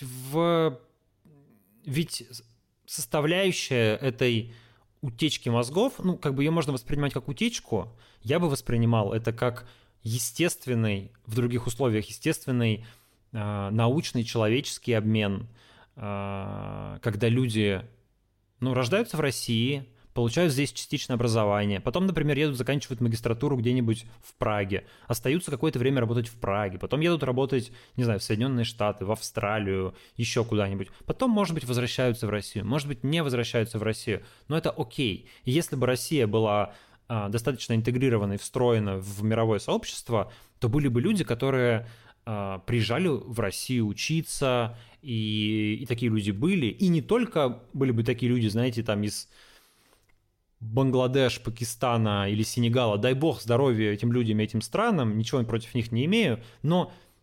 ведь составляющая этой утечки мозгов, ну, как бы ее можно воспринимать как утечку, я бы воспринимал это как естественный, в других условиях, естественный научный человеческий обмен, когда люди, ну, рождаются в России, получают здесь частичное образование, потом, например, едут заканчивать магистратуру где-нибудь в Праге, остаются какое-то время работать в Праге, потом едут работать, не знаю, в Соединенные Штаты, в Австралию, еще куда-нибудь, потом, может быть, возвращаются в Россию, может быть, не возвращаются в Россию, но это окей. И если бы Россия была достаточно интегрирована и встроена в мировое сообщество, то были бы люди, которые приезжали в Россию учиться, и такие люди были. И не только были бы такие люди, знаете, там из Бангладеш, Пакистана или Сенегала, дай бог здоровья этим людям и этим странам, ничего против них не имею, но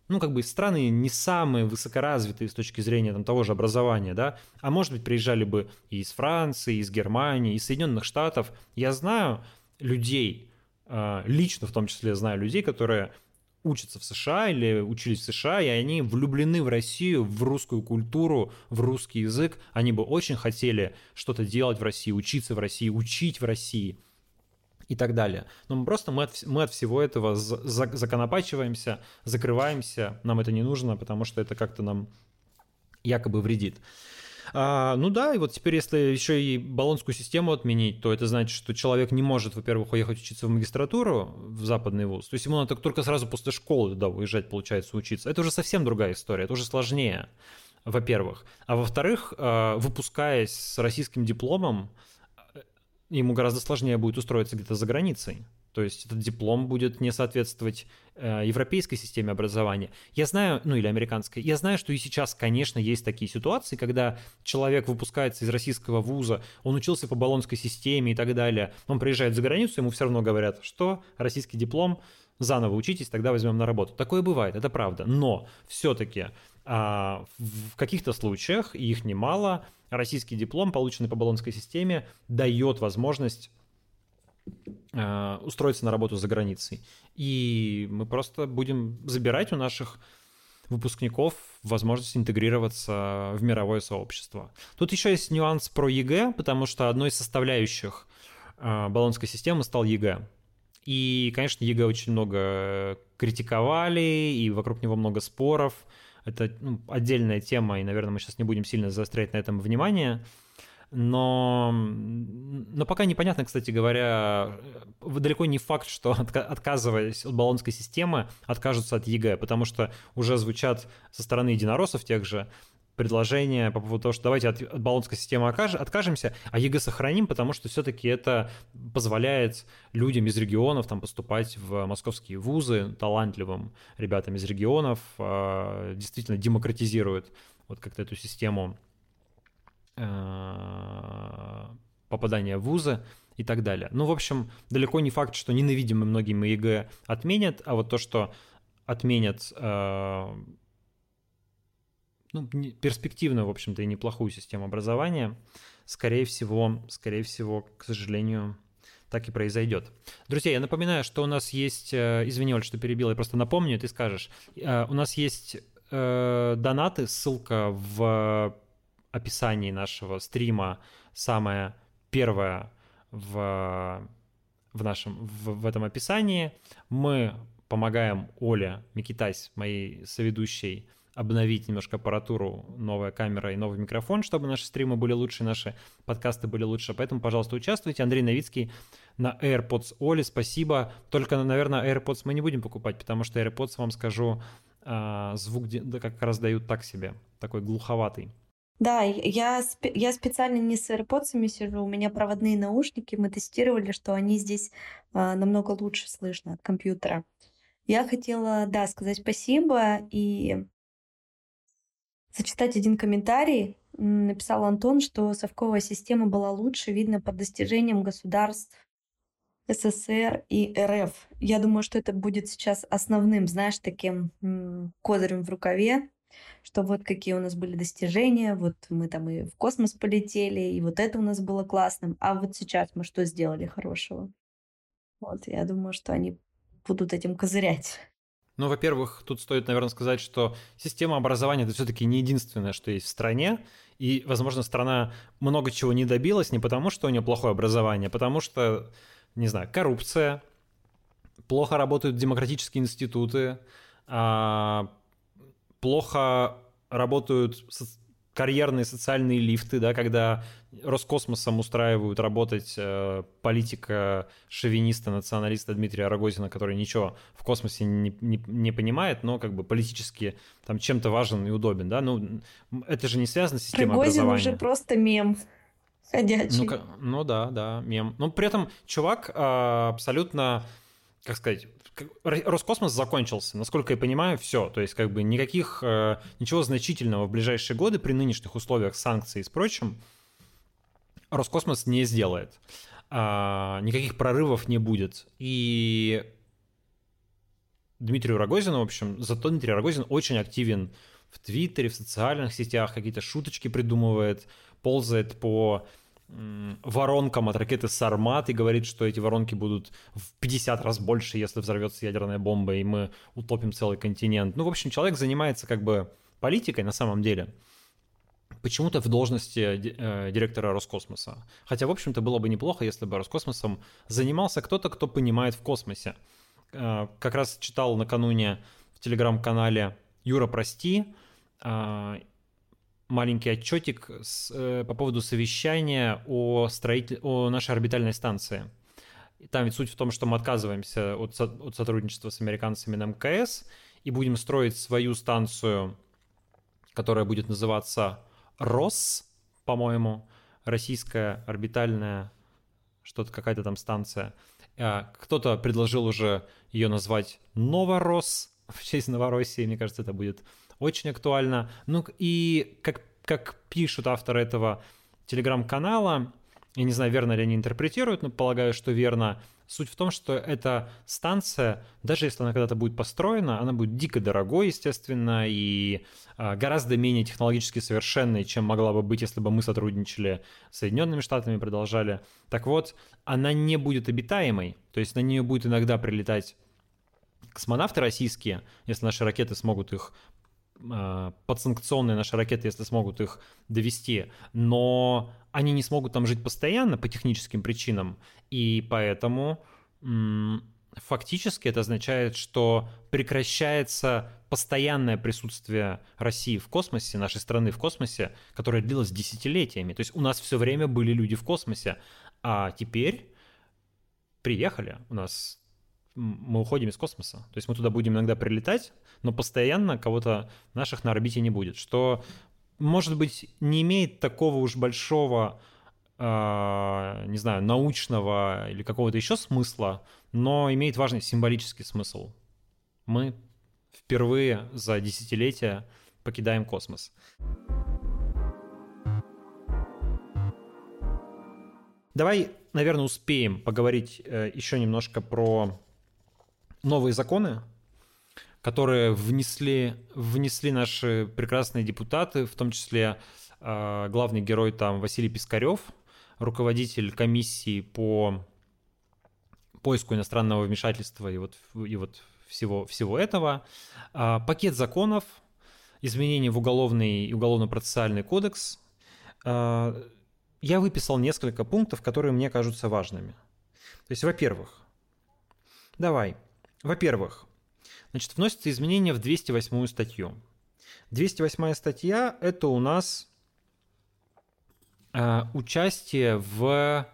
ну, как бы страны не самые высокоразвитые с точки зрения там, того же образования, да, а может быть, приезжали бы и из Франции, и из Германии, и из Соединенных Штатов. Я знаю людей, лично в том числе знаю людей, которые учатся в США или учились в США, и они влюблены в Россию, в русскую культуру, в русский язык. Они бы очень хотели что-то делать в России, учиться в России, учить в России и так далее. Но мы от всего этого законопачиваемся, закрываемся, нам это не нужно, потому что это как-то нам якобы вредит. Ну да, и вот теперь, если еще и болонскую систему отменить, то это значит, что человек не может, во-первых, уехать учиться в магистратуру в западный вуз, то есть ему надо только сразу после школы туда уезжать, получается, учиться. Это уже совсем другая история, это уже сложнее, во-первых. А во-вторых, выпускаясь с российским дипломом, ему гораздо сложнее будет устроиться где-то за границей. То есть этот диплом будет не соответствовать европейской системе образования. Я знаю, ну или американской, я знаю, что и сейчас, конечно, есть такие ситуации, когда человек выпускается из российского вуза, он учился по болонской системе и так далее, он приезжает за границу, ему все равно говорят, что российский диплом, заново учитесь, тогда возьмем на работу. Такое бывает, это правда. Но все-таки в каких-то случаях, и их немало, российский диплом, полученный по болонской системе, дает возможность устроиться на работу за границей. И мы просто будем забирать у наших выпускников возможность интегрироваться в мировое сообщество. Тут еще есть нюанс про ЕГЭ, потому что одной из составляющих болонской системы стал ЕГЭ. И, конечно, ЕГЭ очень много критиковали, и вокруг него много споров. Это отдельная тема, и, наверное, мы сейчас не будем сильно заострять на этом внимание. Но пока непонятно, кстати говоря, далеко не факт, что, отказываясь от болонской системы, откажутся от ЕГЭ, потому что уже звучат со стороны единороссов тех же предложения по поводу того, что давайте от болонской системы откажемся, а ЕГЭ сохраним, потому что все-таки это позволяет людям из регионов там поступать в московские вузы, талантливым ребятам из регионов, действительно демократизирует вот как-то эту систему попадания в вузы и так далее. Ну, в общем, далеко не факт, что ненавидимые многими ЕГЭ отменят, а вот то, что отменят перспективную, в общем-то, и неплохую систему образования, скорее всего, к сожалению, так и произойдет. Друзья, я напоминаю, что у нас есть, извини, Оль, что перебил, я просто напомню, ты скажешь, у нас есть донаты, ссылка в описании нашего стрима, самое первое в этом описании. Мы помогаем Оле Микитась, моей соведущей, обновить немножко аппаратуру, новая камера и новый микрофон, чтобы наши стримы были лучше, наши подкасты были лучше. Поэтому, пожалуйста, участвуйте. Андрей Новицкий на AirPods Оле, спасибо. Только, наверное, AirPods мы не будем покупать, потому что AirPods, вам скажу, звук как раз дают так себе, такой глуховатый. Да, я специально не с AirPods сижу, у меня проводные наушники, мы тестировали, что они здесь намного лучше слышно от компьютера. Я хотела, да, сказать спасибо и зачитать один комментарий. Написал Антон, что совковая система была лучше, видно по достижениям государств СССР и РФ. Я думаю, что это будет сейчас основным, знаешь, таким козырем в рукаве, что вот какие у нас были достижения, вот мы там и в космос полетели, и вот это у нас было классным, а вот сейчас мы что сделали хорошего? Вот, я думаю, что они будут этим козырять. Ну, во-первых, тут стоит, наверное, сказать, что система образования — это все-таки не единственное, что есть в стране, и, возможно, страна много чего не добилась не потому, что у нее плохое образование, а потому что, не знаю, коррупция, плохо работают демократические институты, плохо работают карьерные социальные лифты, да, когда Роскосмосом устраивают работать политика шовиниста, националиста Дмитрия Рогозина, который ничего в космосе не понимает, но как бы политически там чем-то важен и удобен, да, ну это же не связано с системой Рогозин образования. уже просто мем ходячий. Ну да, мем. Но при этом чувак абсолютно, как сказать, Роскосмос закончился, насколько я понимаю, все. То есть как бы ничего значительного в ближайшие годы при нынешних условиях санкций и с прочим Роскосмос не сделает. Никаких прорывов не будет. И Дмитрию Рогозину, в общем, зато Дмитрий Рогозин очень активен в Твиттере, в социальных сетях, какие-то шуточки придумывает, ползает по воронкам от ракеты «Сармат» и говорит, что эти воронки будут в 50 раз больше, если взорвется ядерная бомба, и мы утопим целый континент. Ну, в общем, человек занимается как бы политикой на самом деле. Почему-то в должности директора Роскосмоса. Хотя, в общем-то, было бы неплохо, если бы Роскосмосом занимался кто-то, кто понимает в космосе. Как раз читал накануне в телеграм-канале «Юра, прости», маленький отчетик по поводу совещания о нашей орбитальной станции. Там ведь суть в том, что мы отказываемся от сотрудничества с американцами на МКС и будем строить свою станцию, которая будет называться РОС, по-моему, российская орбитальная, что-то какая-то там станция. Кто-то предложил уже ее назвать Новорос в честь Новороссии. Мне кажется, это будет очень актуально. Ну и как пишут авторы этого телеграм-канала, я не знаю, верно ли они интерпретируют, но полагаю, что верно. Суть в том, что эта станция, даже если она когда-то будет построена, она будет дико дорогой, естественно, и гораздо менее технологически совершенной, чем могла бы быть, если бы мы сотрудничали с Соединенными Штатами, продолжали. Так вот, она не будет обитаемой, то есть на нее будет иногда прилетать космонавты российские, если наши ракеты смогут их подсанкционные наши ракеты, если смогут их довести, но они не смогут там жить постоянно по техническим причинам, и поэтому фактически это означает, что прекращается постоянное присутствие России в космосе, нашей страны в космосе, которое длилось десятилетиями. То есть у нас все время были люди в космосе, а теперь приехали у нас. Мы уходим из космоса. То есть мы туда будем иногда прилетать, но постоянно кого-то наших на орбите не будет. Что, может быть, не имеет такого уж большого, не знаю, научного или какого-то еще смысла, но имеет важный символический смысл. Мы впервые за десятилетия покидаем космос. Давай, наверное, успеем поговорить еще немножко про новые законы, которые внесли наши прекрасные депутаты, в том числе главный герой там Василий Пискарев, руководитель комиссии по поиску иностранного вмешательства и вот всего этого. Пакет законов, изменения в уголовный и уголовно-процессуальный кодекс. Я выписал несколько пунктов, которые мне кажутся важными. То есть, во-первых, значит, вносятся изменения в 208 статью. 208 статья – это у нас участие в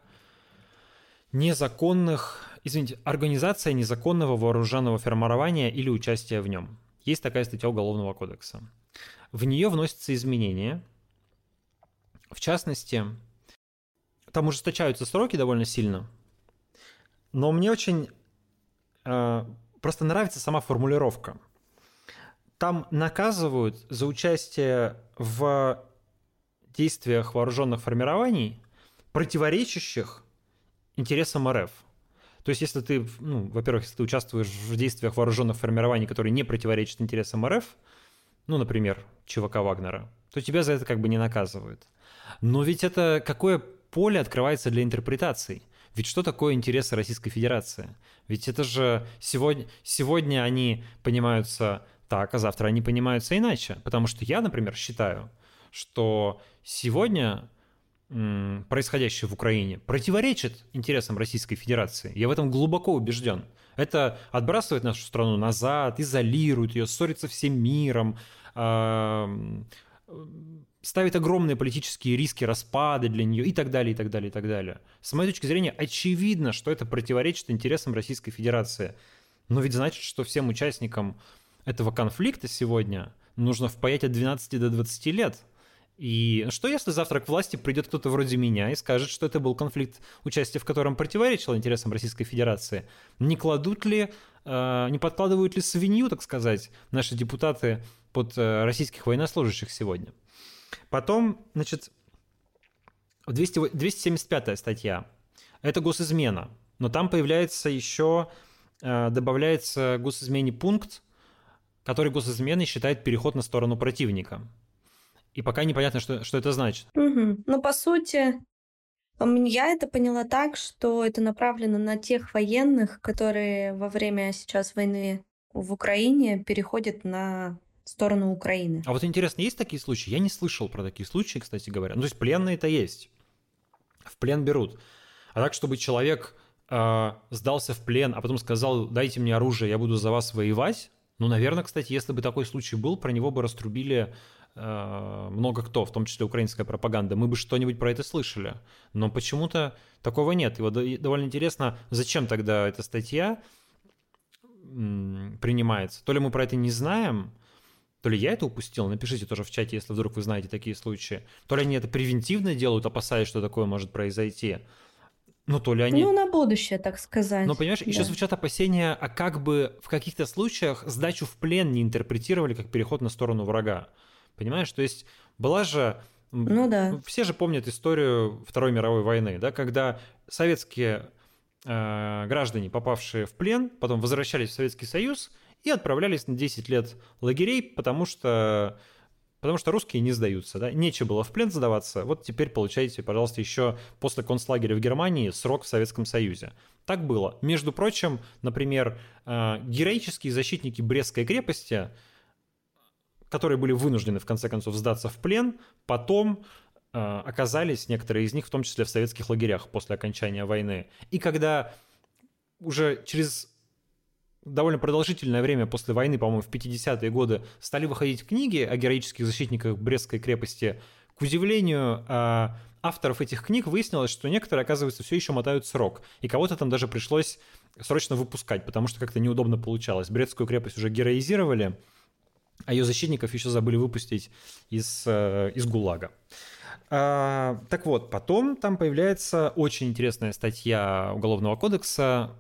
организация незаконного вооруженного формирования или участие в нем. Есть такая статья Уголовного кодекса. В нее вносятся изменения. В частности, там ужесточаются сроки довольно сильно, но мне очень просто нравится сама формулировка. Там наказывают за участие в действиях вооруженных формирований, противоречащих интересам РФ. То есть, если ты, во-первых, если ты участвуешь в действиях вооруженных формирований, которые не противоречат интересам РФ, например, ЧВК Вагнера, то тебя за это как бы не наказывают. Но ведь это какое поле открывается для интерпретаций? Ведь что такое интересы Российской Федерации? Ведь это же сегодня они понимаются так, а завтра они понимаются иначе. Потому что я, например, считаю, что сегодня происходящее в Украине противоречит интересам Российской Федерации. Я в этом глубоко убежден. Это отбрасывает нашу страну назад, изолирует ее, ссорится всем миром, ставит огромные политические риски распада для нее и так далее, и так далее, и так далее. С моей точки зрения, очевидно, что это противоречит интересам Российской Федерации. Но ведь значит, что всем участникам этого конфликта сегодня нужно впаять от 12 до 20 лет. И что если завтра к власти придет кто-то вроде меня и скажет, что это был конфликт, участие в котором противоречило интересам Российской Федерации? Не подкладывают ли свинью, так сказать, наши депутаты под российских военнослужащих сегодня? Потом, значит, 275 статья. Это госизмена. Но там появляется еще добавляется госизмене пункт, который госизменой считает переход на сторону противника. И пока непонятно, что это значит. Ну, по сути, я это поняла так, что это направлено на тех военных, которые во время сейчас войны в Украине переходят на сторону Украины. А вот интересно, есть такие случаи? Я не слышал про такие случаи, кстати говоря. Ну, то есть пленные-то есть. В плен берут. А так, чтобы человек сдался в плен, а потом сказал, дайте мне оружие, я буду за вас воевать. Ну, наверное, кстати, если бы такой случай был, про него бы раструбили много кто, в том числе украинская пропаганда. Мы бы что-нибудь про это слышали. Но почему-то такого нет. И вот довольно интересно, зачем тогда эта статья принимается. То ли мы про это не знаем, то ли я это упустил, напишите тоже в чате, если вдруг вы знаете такие случаи. То ли они это превентивно делают, опасаясь, что такое может произойти. Ну, то ли они... Ну, на будущее, так сказать. Но, понимаешь, еще звучат опасения, а как бы в каких-то случаях сдачу в плен не интерпретировали как переход на сторону врага. Понимаешь, то есть была же... Ну да. Все же помнят историю Второй мировой войны, да, когда советские граждане, попавшие в плен, потом возвращались в Советский Союз и отправлялись на 10 лет лагерей, потому что русские не сдаются, да, нечего было в плен сдаваться, вот теперь получаете, пожалуйста, еще после концлагеря в Германии срок в Советском Союзе. Так было. Между прочим, например, героические защитники Брестской крепости, которые были вынуждены, в конце концов, сдаться в плен, потом оказались, некоторые из них, в том числе в советских лагерях после окончания войны. И когда уже через довольно продолжительное время после войны, по-моему, в 50-е годы, стали выходить книги о героических защитниках Брестской крепости, к удивлению авторов этих книг выяснилось, что некоторые, оказывается, все еще мотают срок. И кого-то там даже пришлось срочно выпускать, потому что как-то неудобно получалось. Брестскую крепость уже героизировали, а ее защитников еще забыли выпустить из ГУЛАГа. Так вот, потом там появляется очень интересная статья Уголовного кодекса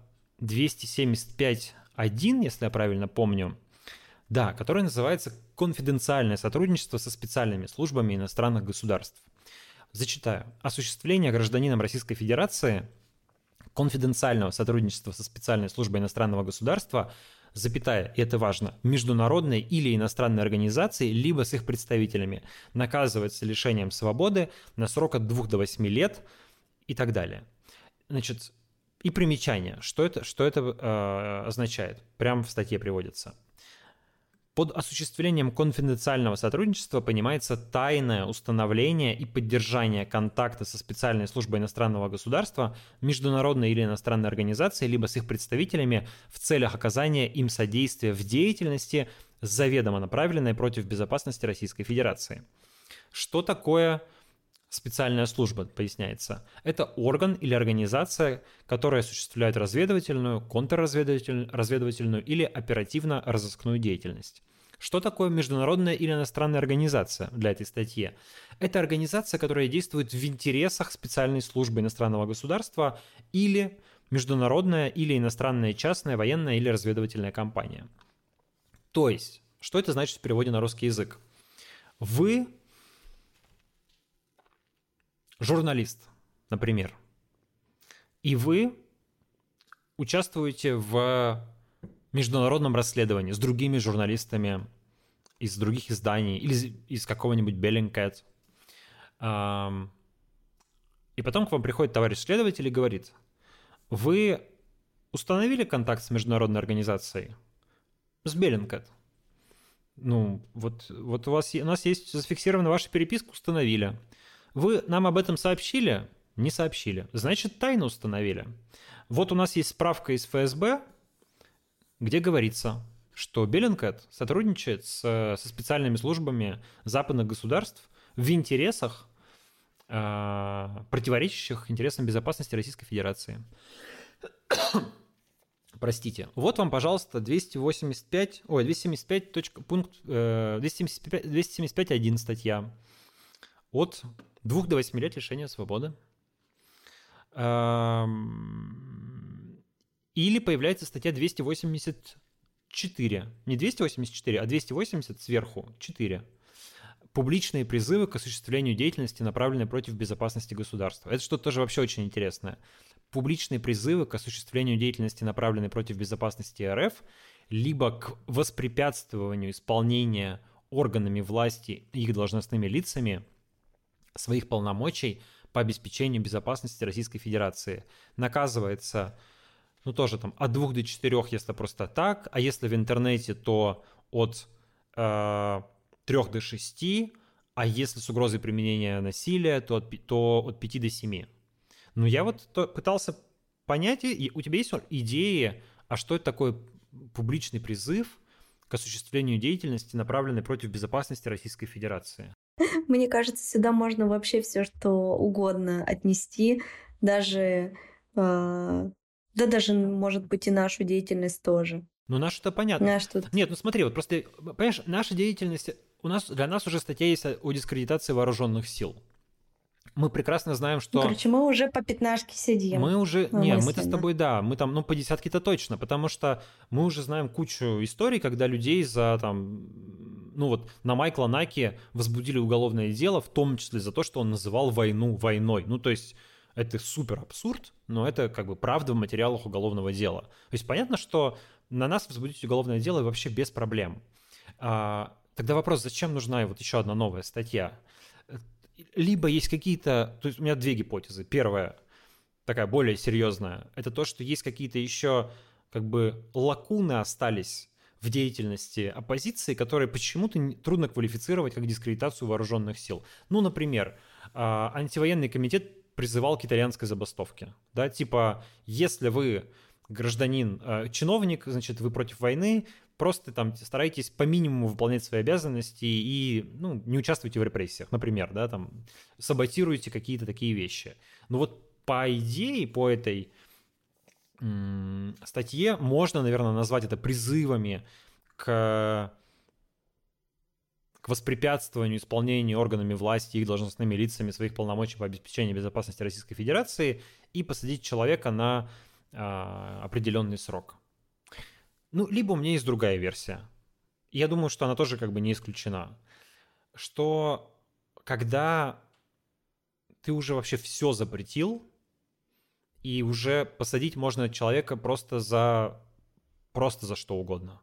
275.1, если я правильно помню, да, которая называется «Конфиденциальное сотрудничество со специальными службами иностранных государств». Зачитаю. Осуществление гражданином Российской Федерации конфиденциального сотрудничества со специальной службой иностранного государства, запятая, и это важно, международной или иностранной организации, либо с их представителями, наказывается лишением свободы на срок от 2 до 8 лет и так далее. Значит, и примечание, что это означает, прямо в статье приводится. Под осуществлением конфиденциального сотрудничества понимается тайное установление и поддержание контакта со специальной службой иностранного государства, международной или иностранной организации, либо с их представителями в целях оказания им содействия в деятельности, заведомо направленной против безопасности Российской Федерации. Что такое специальная служба, поясняется? Это орган или организация, которая осуществляет разведывательную, контрразведывательную или оперативно-розыскную деятельность. Что такое международная или иностранная организация для этой статьи? Это организация, которая действует в интересах специальной службы иностранного государства или международная или иностранная частная военная или разведывательная компания. То есть, что это значит в переводе на русский язык? Вы журналист, например, и вы участвуете в международном расследовании с другими журналистами из других изданий или из какого-нибудь Bellingcat. И потом к вам приходит товарищ следователь и говорит: вы установили контакт с международной организацией? С Bellingcat. Ну, вот у нас есть зафиксирована ваша переписка, установили. Вы нам об этом сообщили? Не сообщили. Значит, тайно установили. Вот у нас есть справка из ФСБ, где говорится, что Bellingcat сотрудничает со специальными службами западных государств в интересах, противоречащих интересам безопасности Российской Федерации. Простите. Вот вам, пожалуйста, 275.1 статья. От 2 до 8 лет лишения свободы. Или появляется статья 284. Не 284, а 280 сверху, 4. Публичные призывы к осуществлению деятельности, направленной против безопасности государства. Это что-то тоже вообще очень интересное. публичные призывы к осуществлению деятельности, направленной против безопасности РФ, либо к воспрепятствованию исполнения органами власти и их должностными лицами своих полномочий по обеспечению безопасности Российской Федерации. Наказывается, ну, тоже там от 2 до 4, если просто так, а если в интернете, то от 3 до 6, а если с угрозой применения насилия, то от 5 до 7. Но я вот пытался понять, и у тебя есть идеи, а что это такое публичный призыв к осуществлению деятельности, направленной против безопасности Российской Федерации? Мне кажется, сюда можно вообще все что угодно отнести, даже, да даже, может быть, и нашу деятельность тоже. Ну, нашу-то понятно. Знаешь, тут... Нет, ну смотри, вот просто, понимаешь, наша деятельность, для нас уже статья есть о дискредитации вооруженных сил. Мы прекрасно знаем, что... Короче, мы уже по 15 сидим. Мы уже... Не, мы-то с тобой, да, мы там, ну, по 10-то точно, потому что мы уже знаем кучу историй, когда людей за, там, ну вот, на Майкла Наки возбудили уголовное дело, в том числе за то, что он называл войну войной. Ну, то есть это супер абсурд, но это как бы правда в материалах уголовного дела. То есть понятно, что на нас возбудить уголовное дело вообще без проблем. Тогда вопрос, зачем нужна вот еще одна новая статья? Либо есть какие-то... То есть у меня 2 гипотезы. Первая, такая более серьезная, это то, что есть какие-то еще как бы лакуны остались в деятельности оппозиции, которые почему-то трудно квалифицировать как дискредитацию вооруженных сил. Ну, например, антивоенный комитет призывал к итальянской забастовке. Да, типа, если вы гражданин, чиновник, значит, вы против войны, просто там старайтесь по минимуму выполнять свои обязанности и, ну, не участвуйте в репрессиях, например, да, там, саботируйте какие-то такие вещи. Ну вот по идее, по этой статье можно, наверное, назвать это призывами к воспрепятствованию исполнению органами власти и их должностными лицами своих полномочий по обеспечению безопасности Российской Федерации и посадить человека на определенный срок. Ну, либо у меня есть другая версия. Я думаю, что она тоже как бы не исключена. Что когда ты уже вообще все запретил, и уже посадить можно человека просто за что угодно.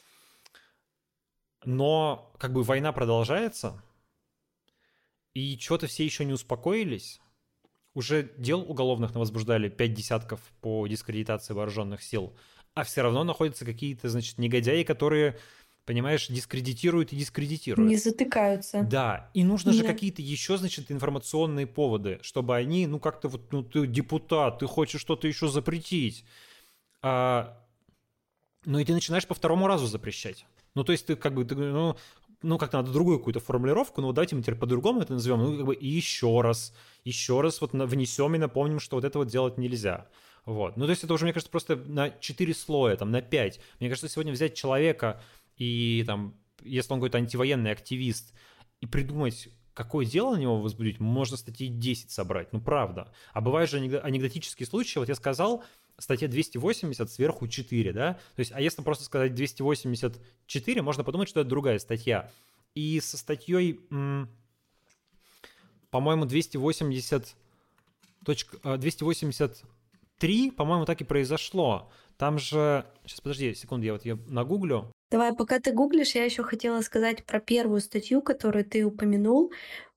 Но как бы война продолжается, и что-то все еще не успокоились. Уже дел уголовных навозбуждали 5 десятков по дискредитации вооруженных сил, а все равно находятся какие-то, значит, негодяи, которые, понимаешь, дискредитируют и дискредитируют. Не затыкаются. Да, и нужно же какие-то еще, значит, информационные поводы, чтобы они, ну, как-то вот, ну, ты депутат, ты хочешь что-то еще запретить. Ну, и ты начинаешь по 2-му разу запрещать. Ну, то есть ты как бы, ну, как-то надо другую какую-то формулировку, ну, вот давайте мы теперь по-другому это назовем, ну, как бы и еще раз вот внесем и напомним, что вот это вот делать нельзя. Вот. Ну, то есть это уже, мне кажется, просто на 4 слоя, там, на 5. Мне кажется, сегодня взять человека и, там, если он какой-то антивоенный активист, и придумать, какое дело на него возбудить, можно статьи 10 собрать, ну, правда. А бывают же анекдотические случаи, вот я сказал, статья 280 сверху 4, да? То есть, а если просто сказать 284, можно подумать, что это другая статья. И со статьей, по-моему, 283, по-моему, так и произошло. Там же... Сейчас, подожди, секунду, я вот ее нагуглю. Давай, пока ты гуглишь, я еще хотела сказать про первую статью, которую ты упомянул.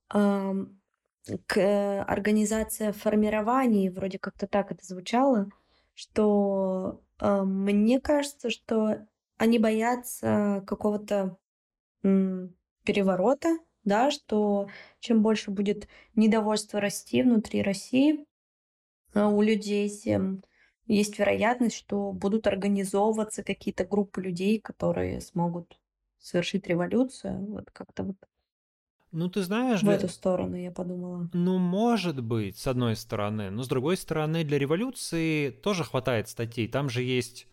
Организация формирований, вроде как-то так это звучало, что мне кажется, что они боятся какого-то переворота, да, что чем больше будет недовольство расти внутри России у людей, тем есть вероятность, что будут организовываться какие-то группы людей, которые смогут совершить революцию. Вот как-то вот ну, ты знаешь, в эту сторону я подумала. Ну, может быть, с одной стороны. Но с другой стороны, для революции тоже хватает статей. Там же есть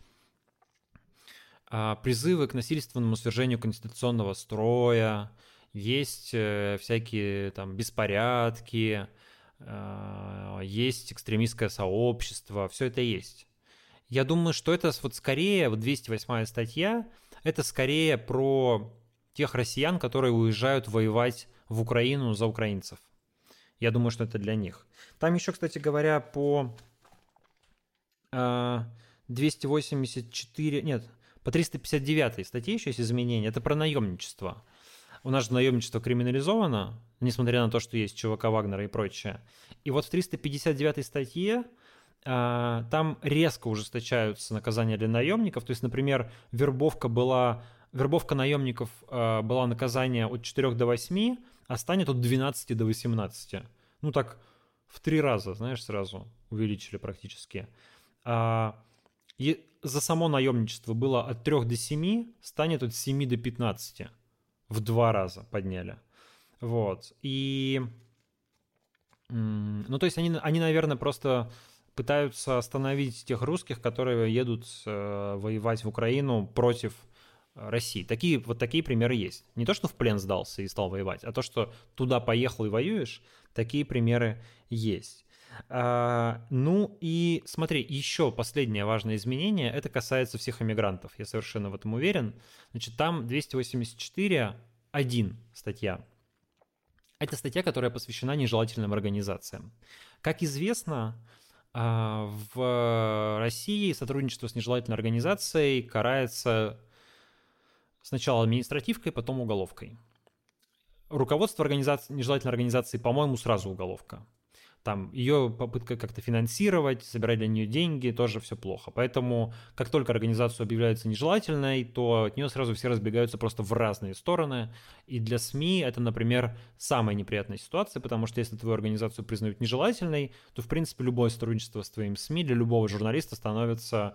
призывы к насильственному свержению конституционного строя, есть всякие там беспорядки, есть экстремистское сообщество, все это есть. Я думаю, что это вот скорее, вот 208-я статья, это скорее про тех россиян, которые уезжают воевать в Украину за украинцев. Я думаю, что это для них. Там еще, кстати говоря, по а, 284, нет, по 359 статье еще есть изменения, это про наемничество. У нас же наемничество криминализовано, несмотря на то, что есть ЧВК Вагнера и прочее. И вот в 359 статье там резко ужесточаются наказания для наемников. То есть, например, вербовка наемников была наказание от 4 до 8, а станет от 12 до 18. Ну так в 3 раза, знаешь, сразу увеличили практически. И за само наемничество было от 3 до 7, станет от 7 до 15. В 2 раза подняли. Вот. И, ну, то есть они, наверное, просто пытаются остановить тех русских, которые едут воевать в Украину против России. Вот такие примеры есть. Не то, что в плен сдался и стал воевать, а то, что туда поехал и воюешь, такие примеры есть. Ну и смотри, еще последнее важное изменение, это касается всех иммигрантов, я совершенно в этом уверен. Значит, там 284.1 статья. Это статья, которая посвящена нежелательным организациям. Как известно, в России сотрудничество с нежелательной организацией карается сначала административкой, потом уголовкой. Руководство нежелательной организации, по-моему, сразу уголовка. Там ее попытка как-то финансировать, собирать для нее деньги, тоже все плохо. Поэтому, как только организацию объявляется нежелательной, то от нее сразу все разбегаются просто в разные стороны. И для СМИ это, например, самая неприятная ситуация, потому что если твою организацию признают нежелательной, то, в принципе, любое сотрудничество с твоим СМИ для любого журналиста становится,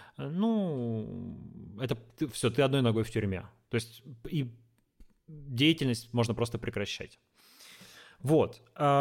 ну, это все, ты одной ногой в тюрьме. То есть и деятельность можно просто прекращать. Вот.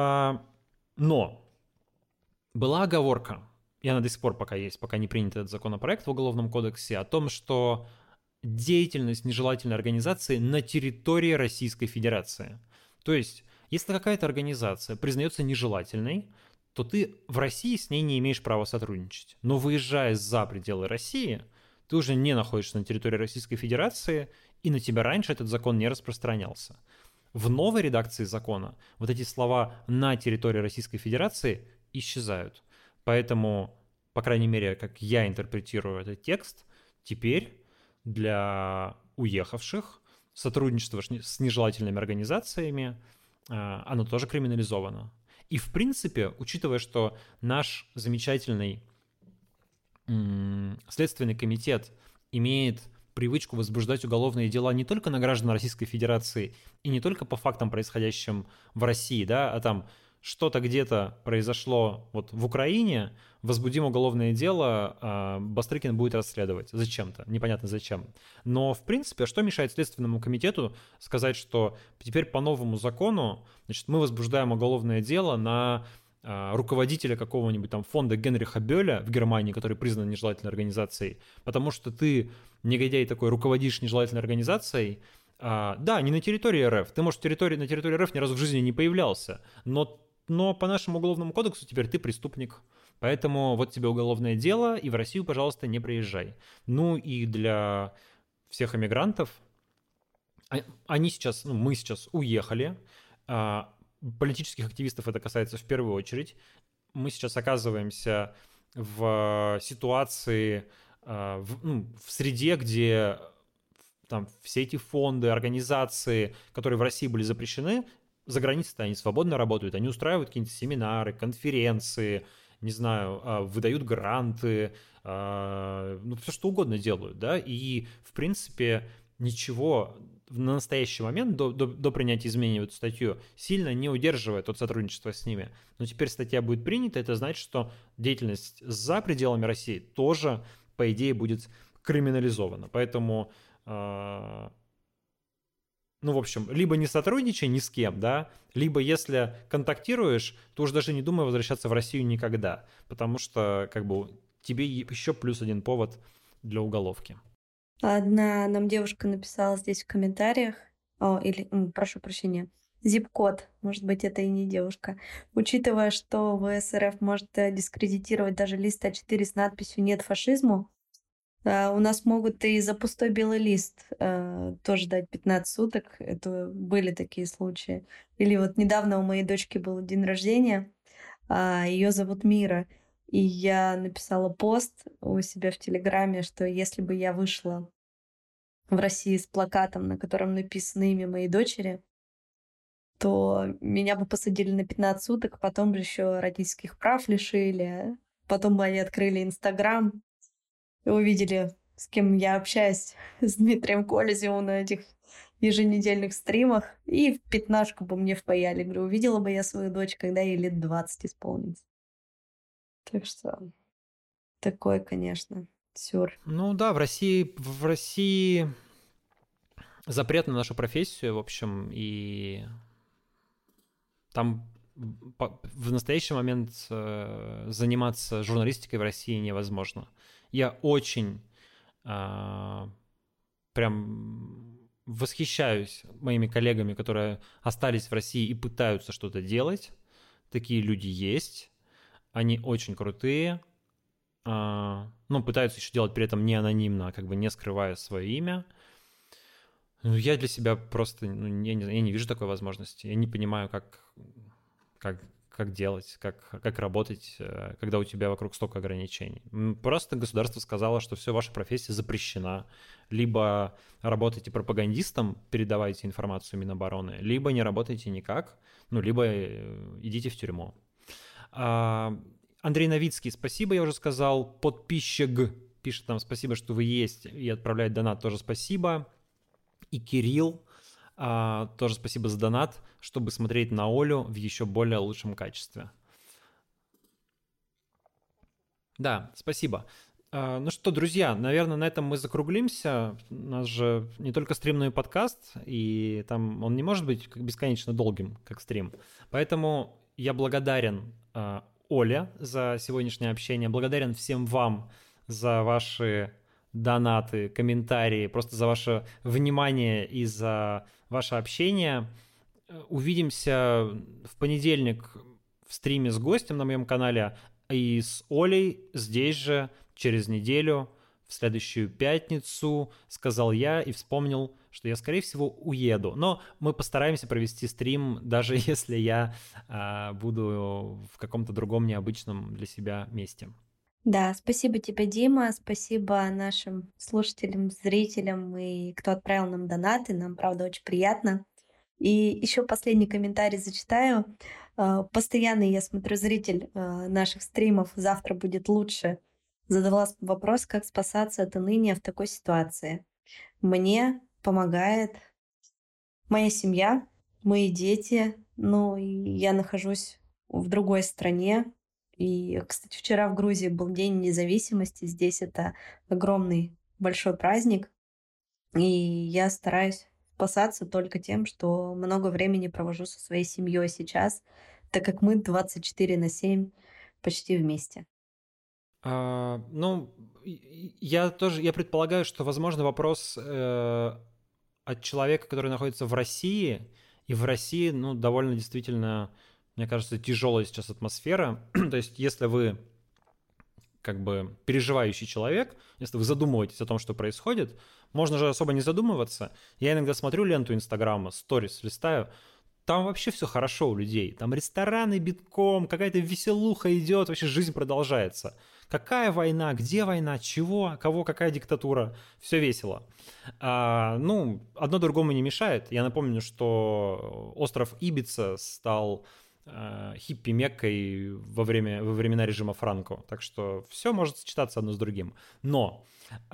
Но была оговорка, и она до сих пор пока есть, пока не принят этот законопроект в Уголовном кодексе, о том, что деятельность нежелательной организации на территории Российской Федерации. То есть, если какая-то организация признается нежелательной, то ты в России с ней не имеешь права сотрудничать. Но выезжая за пределы России, ты уже не находишься на территории Российской Федерации, и на тебя раньше этот закон не распространялся. В новой редакции закона вот эти слова «на территории Российской Федерации» исчезают. Поэтому, по крайней мере, как я интерпретирую этот текст, теперь для уехавших сотрудничество с нежелательными организациями, оно тоже криминализовано. И, в принципе, учитывая, что наш замечательный Следственный комитет имеет привычку возбуждать уголовные дела не только на граждан Российской Федерации и не только по фактам, происходящим в России, да, а там что-то где-то произошло вот в Украине, возбудим уголовное дело, Бастрыкин будет расследовать зачем-то, непонятно зачем. Но, в принципе, что мешает Следственному комитету сказать, что теперь по новому закону, значит, мы возбуждаем уголовное дело на руководителя какого-нибудь там фонда Генриха Бёля в Германии, который признан нежелательной организацией, потому что ты, негодяй такой, руководишь нежелательной организацией, да, не на территории РФ, ты, может, на территории РФ ни разу в жизни не появлялся, но по нашему уголовному кодексу теперь ты преступник. Поэтому вот тебе уголовное дело, и в Россию, пожалуйста, не приезжай. Ну и для всех эмигрантов, мы сейчас уехали, политических активистов это касается в первую очередь. Мы сейчас оказываемся в ситуации, в среде, где там все эти фонды, организации, которые в России были запрещены, за границей-то они свободно работают, они устраивают какие-нибудь семинары, конференции, не знаю, выдают гранты, все что угодно делают, да, и, в принципе, ничего на настоящий момент, до принятия изменений в эту статью, сильно не удерживает от сотрудничества с ними. Но теперь статья будет принята, это значит, что деятельность за пределами России тоже, по идее, будет криминализована. Поэтому, в общем, либо не сотрудничай ни с кем, да, либо если контактируешь, то уж даже не думай возвращаться в Россию никогда, потому что, тебе еще плюс один повод для уголовки. Одна нам девушка написала здесь в комментариях, прошу прощения, зип-код, может быть, это и не девушка. Учитывая, что ВСРФ может дискредитировать даже лист А4 с надписью «Нет фашизму», у нас могут и за пустой белый лист тоже дать 15 суток. Это были такие случаи. Или вот недавно у моей дочки был день рождения, ее зовут Мира. И я написала пост у себя в Телеграме, что если бы я вышла в России с плакатом, на котором написано имя моей дочери, то меня бы посадили на 15 суток, потом бы еще родительских прав лишили, потом бы они открыли Инстаграм и увидели, с кем я общаюсь, с Дмитрием Колезевым на этих еженедельных стримах, и в пятнашку бы мне впаяли. Говорю, увидела бы я свою дочь, когда ей лет 20 исполнится. Так что такой, конечно, сюр. Ну да, в России запрет на нашу профессию, в общем, и там в настоящий момент заниматься журналистикой в России невозможно. Я очень прям восхищаюсь моими коллегами, которые остались в России и пытаются что-то делать. Такие люди есть. Они очень крутые. Ну, пытаются еще делать при этом не анонимно, а как бы не скрывая свое имя. Ну, я для себя просто, я не вижу такой возможности. Я не понимаю, как делать, как работать, когда у тебя вокруг столько ограничений. Просто государство сказало, что все, ваша профессия запрещена. Либо работайте пропагандистом, передавайте информацию Минобороны, либо не работайте никак, ну, либо идите в тюрьму. Андрей Новицкий, спасибо, я уже сказал. Подписчик пишет нам спасибо, что вы есть, и отправляет донат, тоже спасибо. И Кирилл, тоже спасибо за донат, чтобы смотреть на Олю в еще более лучшем качестве. Да, спасибо. Ну что, друзья, наверное, на этом мы закруглимся. У нас же не только стрим, но и подкаст, и там он не может быть бесконечно долгим, как стрим. Поэтому я благодарен Оле за сегодняшнее общение, благодарен всем вам за ваши донаты, комментарии, просто за ваше внимание и за ваше общение. Увидимся в понедельник в стриме с гостем на моем канале и с Олей здесь же через неделю, в следующую пятницу, сказал я и вспомнил, что я, скорее всего, уеду. Но мы постараемся провести стрим, даже если я буду в каком-то другом необычном для себя месте. Да, спасибо тебе, Дима, спасибо нашим слушателям, зрителям и кто отправил нам донаты. Нам, правда, очень приятно. И еще последний комментарий зачитаю. Постоянный, я смотрю, зритель наших стримов «Завтра будет лучше» задала вопрос, как спасаться от уныния в такой ситуации. Мне помогает моя семья, мои дети, ну и я нахожусь в другой стране. И, кстати, вчера в Грузии был День независимости. Здесь это огромный большой праздник. И я стараюсь спасаться только тем, что много времени провожу со своей семьей сейчас, так как мы 24/7 почти вместе. Ну, я предполагаю, что, возможно, вопрос от человека, который находится в России, и в России, ну, довольно действительно, мне кажется, тяжелая сейчас атмосфера. То есть, если вы как бы переживающий человек, если вы задумываетесь о том, что происходит, можно же особо не задумываться. Я иногда смотрю ленту Инстаграма, сторис листаю, там вообще все хорошо у людей. Там рестораны битком, какая-то веселуха идет, вообще жизнь продолжается. Какая война, где война, чего, кого, какая диктатура, все весело. Ну, одно другому не мешает. Я напомню, что остров Ибица стал хиппи-меккой во времена режима Франко. Так что все может сочетаться одно с другим. Но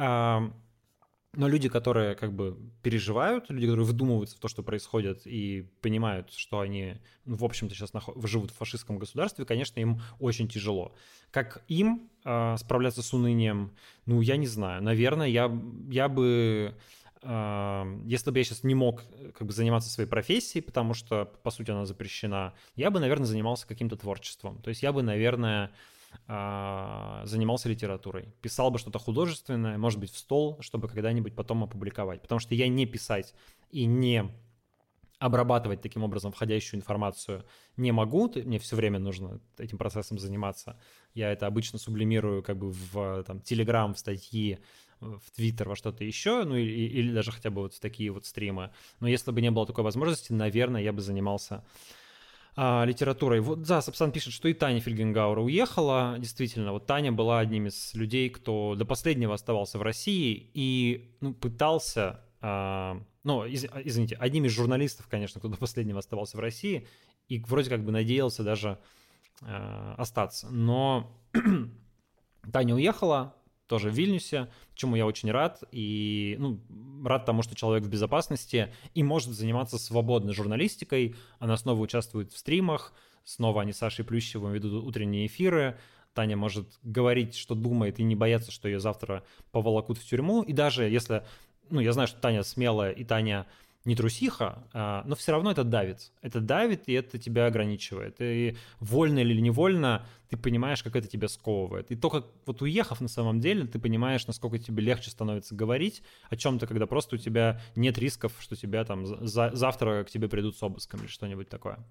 люди, которые как бы переживают, люди, которые вдумываются в то, что происходит, и понимают, что они, в общем-то, сейчас живут в фашистском государстве, конечно, им очень тяжело. Как им справляться с унынием? Ну, я не знаю. Наверное, я бы... Если бы я сейчас не мог как бы заниматься своей профессией, потому что, по сути, она запрещена, я бы, наверное, занимался каким-то творчеством. То есть я бы, наверное, занимался литературой. Писал бы что-то художественное, может быть, в стол, чтобы когда-нибудь потом опубликовать. Потому что я не писать и не обрабатывать таким образом входящую информацию не могу. Мне все время нужно этим процессом заниматься. Я это обычно сублимирую как бы в Telegram, в статьи, в Твиттер, во что-то еще, ну или даже хотя бы вот в такие вот стримы. Но если бы не было такой возможности, наверное, я бы занимался литературой. Вот, да, Сапсан пишет, что и Таня Фельгенгауэр уехала. Действительно, вот Таня была одним из людей, кто до последнего оставался в России и пытался... извините, одним из журналистов, конечно, кто до последнего оставался в России и вроде как бы надеялся даже остаться. Но Таня уехала, тоже в Вильнюсе, чему я очень рад, и рад тому, что человек в безопасности и может заниматься свободной журналистикой. Она снова участвует в стримах, снова они с Сашей Плющевым ведут утренние эфиры. Таня может говорить, что думает, и не бояться, что ее завтра поволокут в тюрьму. И даже если... я знаю, что Таня смелая, и Таня не трусиха, но все равно это давит. Это давит, и это тебя ограничивает. И вольно или невольно ты понимаешь, как это тебя сковывает. И только вот уехав на самом деле, ты понимаешь, насколько тебе легче становится говорить о чем-то, когда просто у тебя нет рисков, что тебя там завтра к тебе придут с обыском или что-нибудь такое.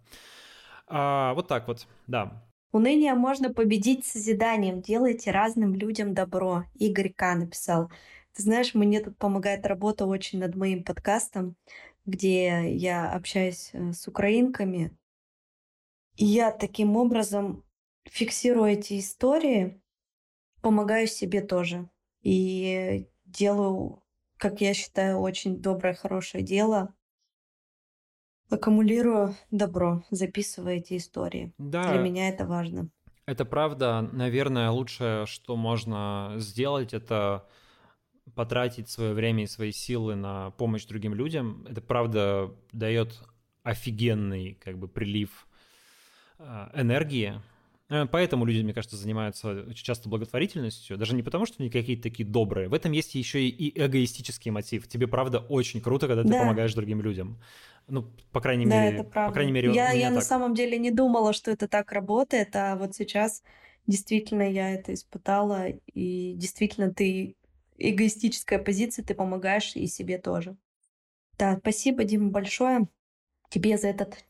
Вот так вот, да. Уныние можно победить созиданием. Делайте разным людям добро. Игорь К. написал. Ты знаешь, мне тут помогает работа очень над моим подкастом, где я общаюсь с украинками. И я таким образом фиксирую эти истории, помогаю себе тоже. И делаю, как я считаю, очень доброе, хорошее дело. Аккумулирую добро, записывая эти истории. Да. Для меня это важно. Это правда. Наверное, лучшее, что можно сделать, это потратить свое время и свои силы на помощь другим людям. Это правда дает офигенный прилив энергии. Поэтому люди, мне кажется, занимаются очень часто благотворительностью, даже не потому, что они какие-то такие добрые. В этом есть еще и эгоистический мотив. Тебе, правда, очень круто, когда ты помогаешь другим людям. По крайней мере, это правда. По крайней мере, я на так. самом деле не думала, что это так работает, а вот сейчас действительно я это испытала, и действительно ты эгоистическая позиция, ты помогаешь и себе тоже. Да, спасибо, Дима, большое тебе за этот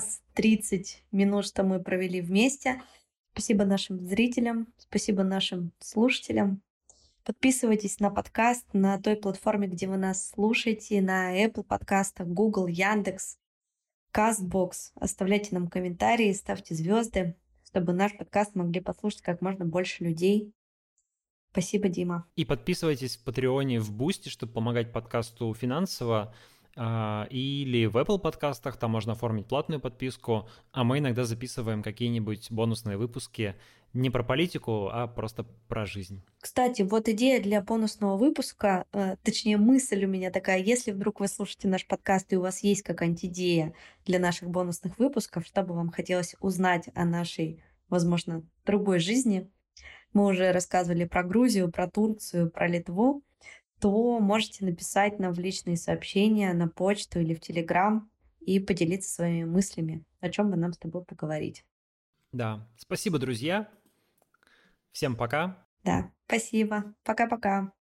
1:30, что мы провели вместе. Спасибо нашим зрителям, спасибо нашим слушателям. Подписывайтесь на подкаст на той платформе, где вы нас слушаете, на Apple подкастах, Google, Яндекс, Castbox. Оставляйте нам комментарии, ставьте звезды, чтобы наш подкаст могли послушать как можно больше людей. Спасибо, Дима. И подписывайтесь в Патреоне, в Бусти, чтобы помогать подкасту финансово, или в Apple подкастах, там можно оформить платную подписку, а мы иногда записываем какие-нибудь бонусные выпуски не про политику, а просто про жизнь. Кстати, вот идея для бонусного выпуска, точнее мысль у меня такая, если вдруг вы слушаете наш подкаст и у вас есть какая-нибудь идея для наших бонусных выпусков, что бы вам хотелось узнать о нашей, возможно, другой жизни, мы уже рассказывали про Грузию, про Турцию, про Литву, то можете написать нам в личные сообщения, на почту или в Телеграм и поделиться своими мыслями, о чем бы нам с тобой поговорить. Да, спасибо, друзья. Всем пока. Да, спасибо. Пока-пока.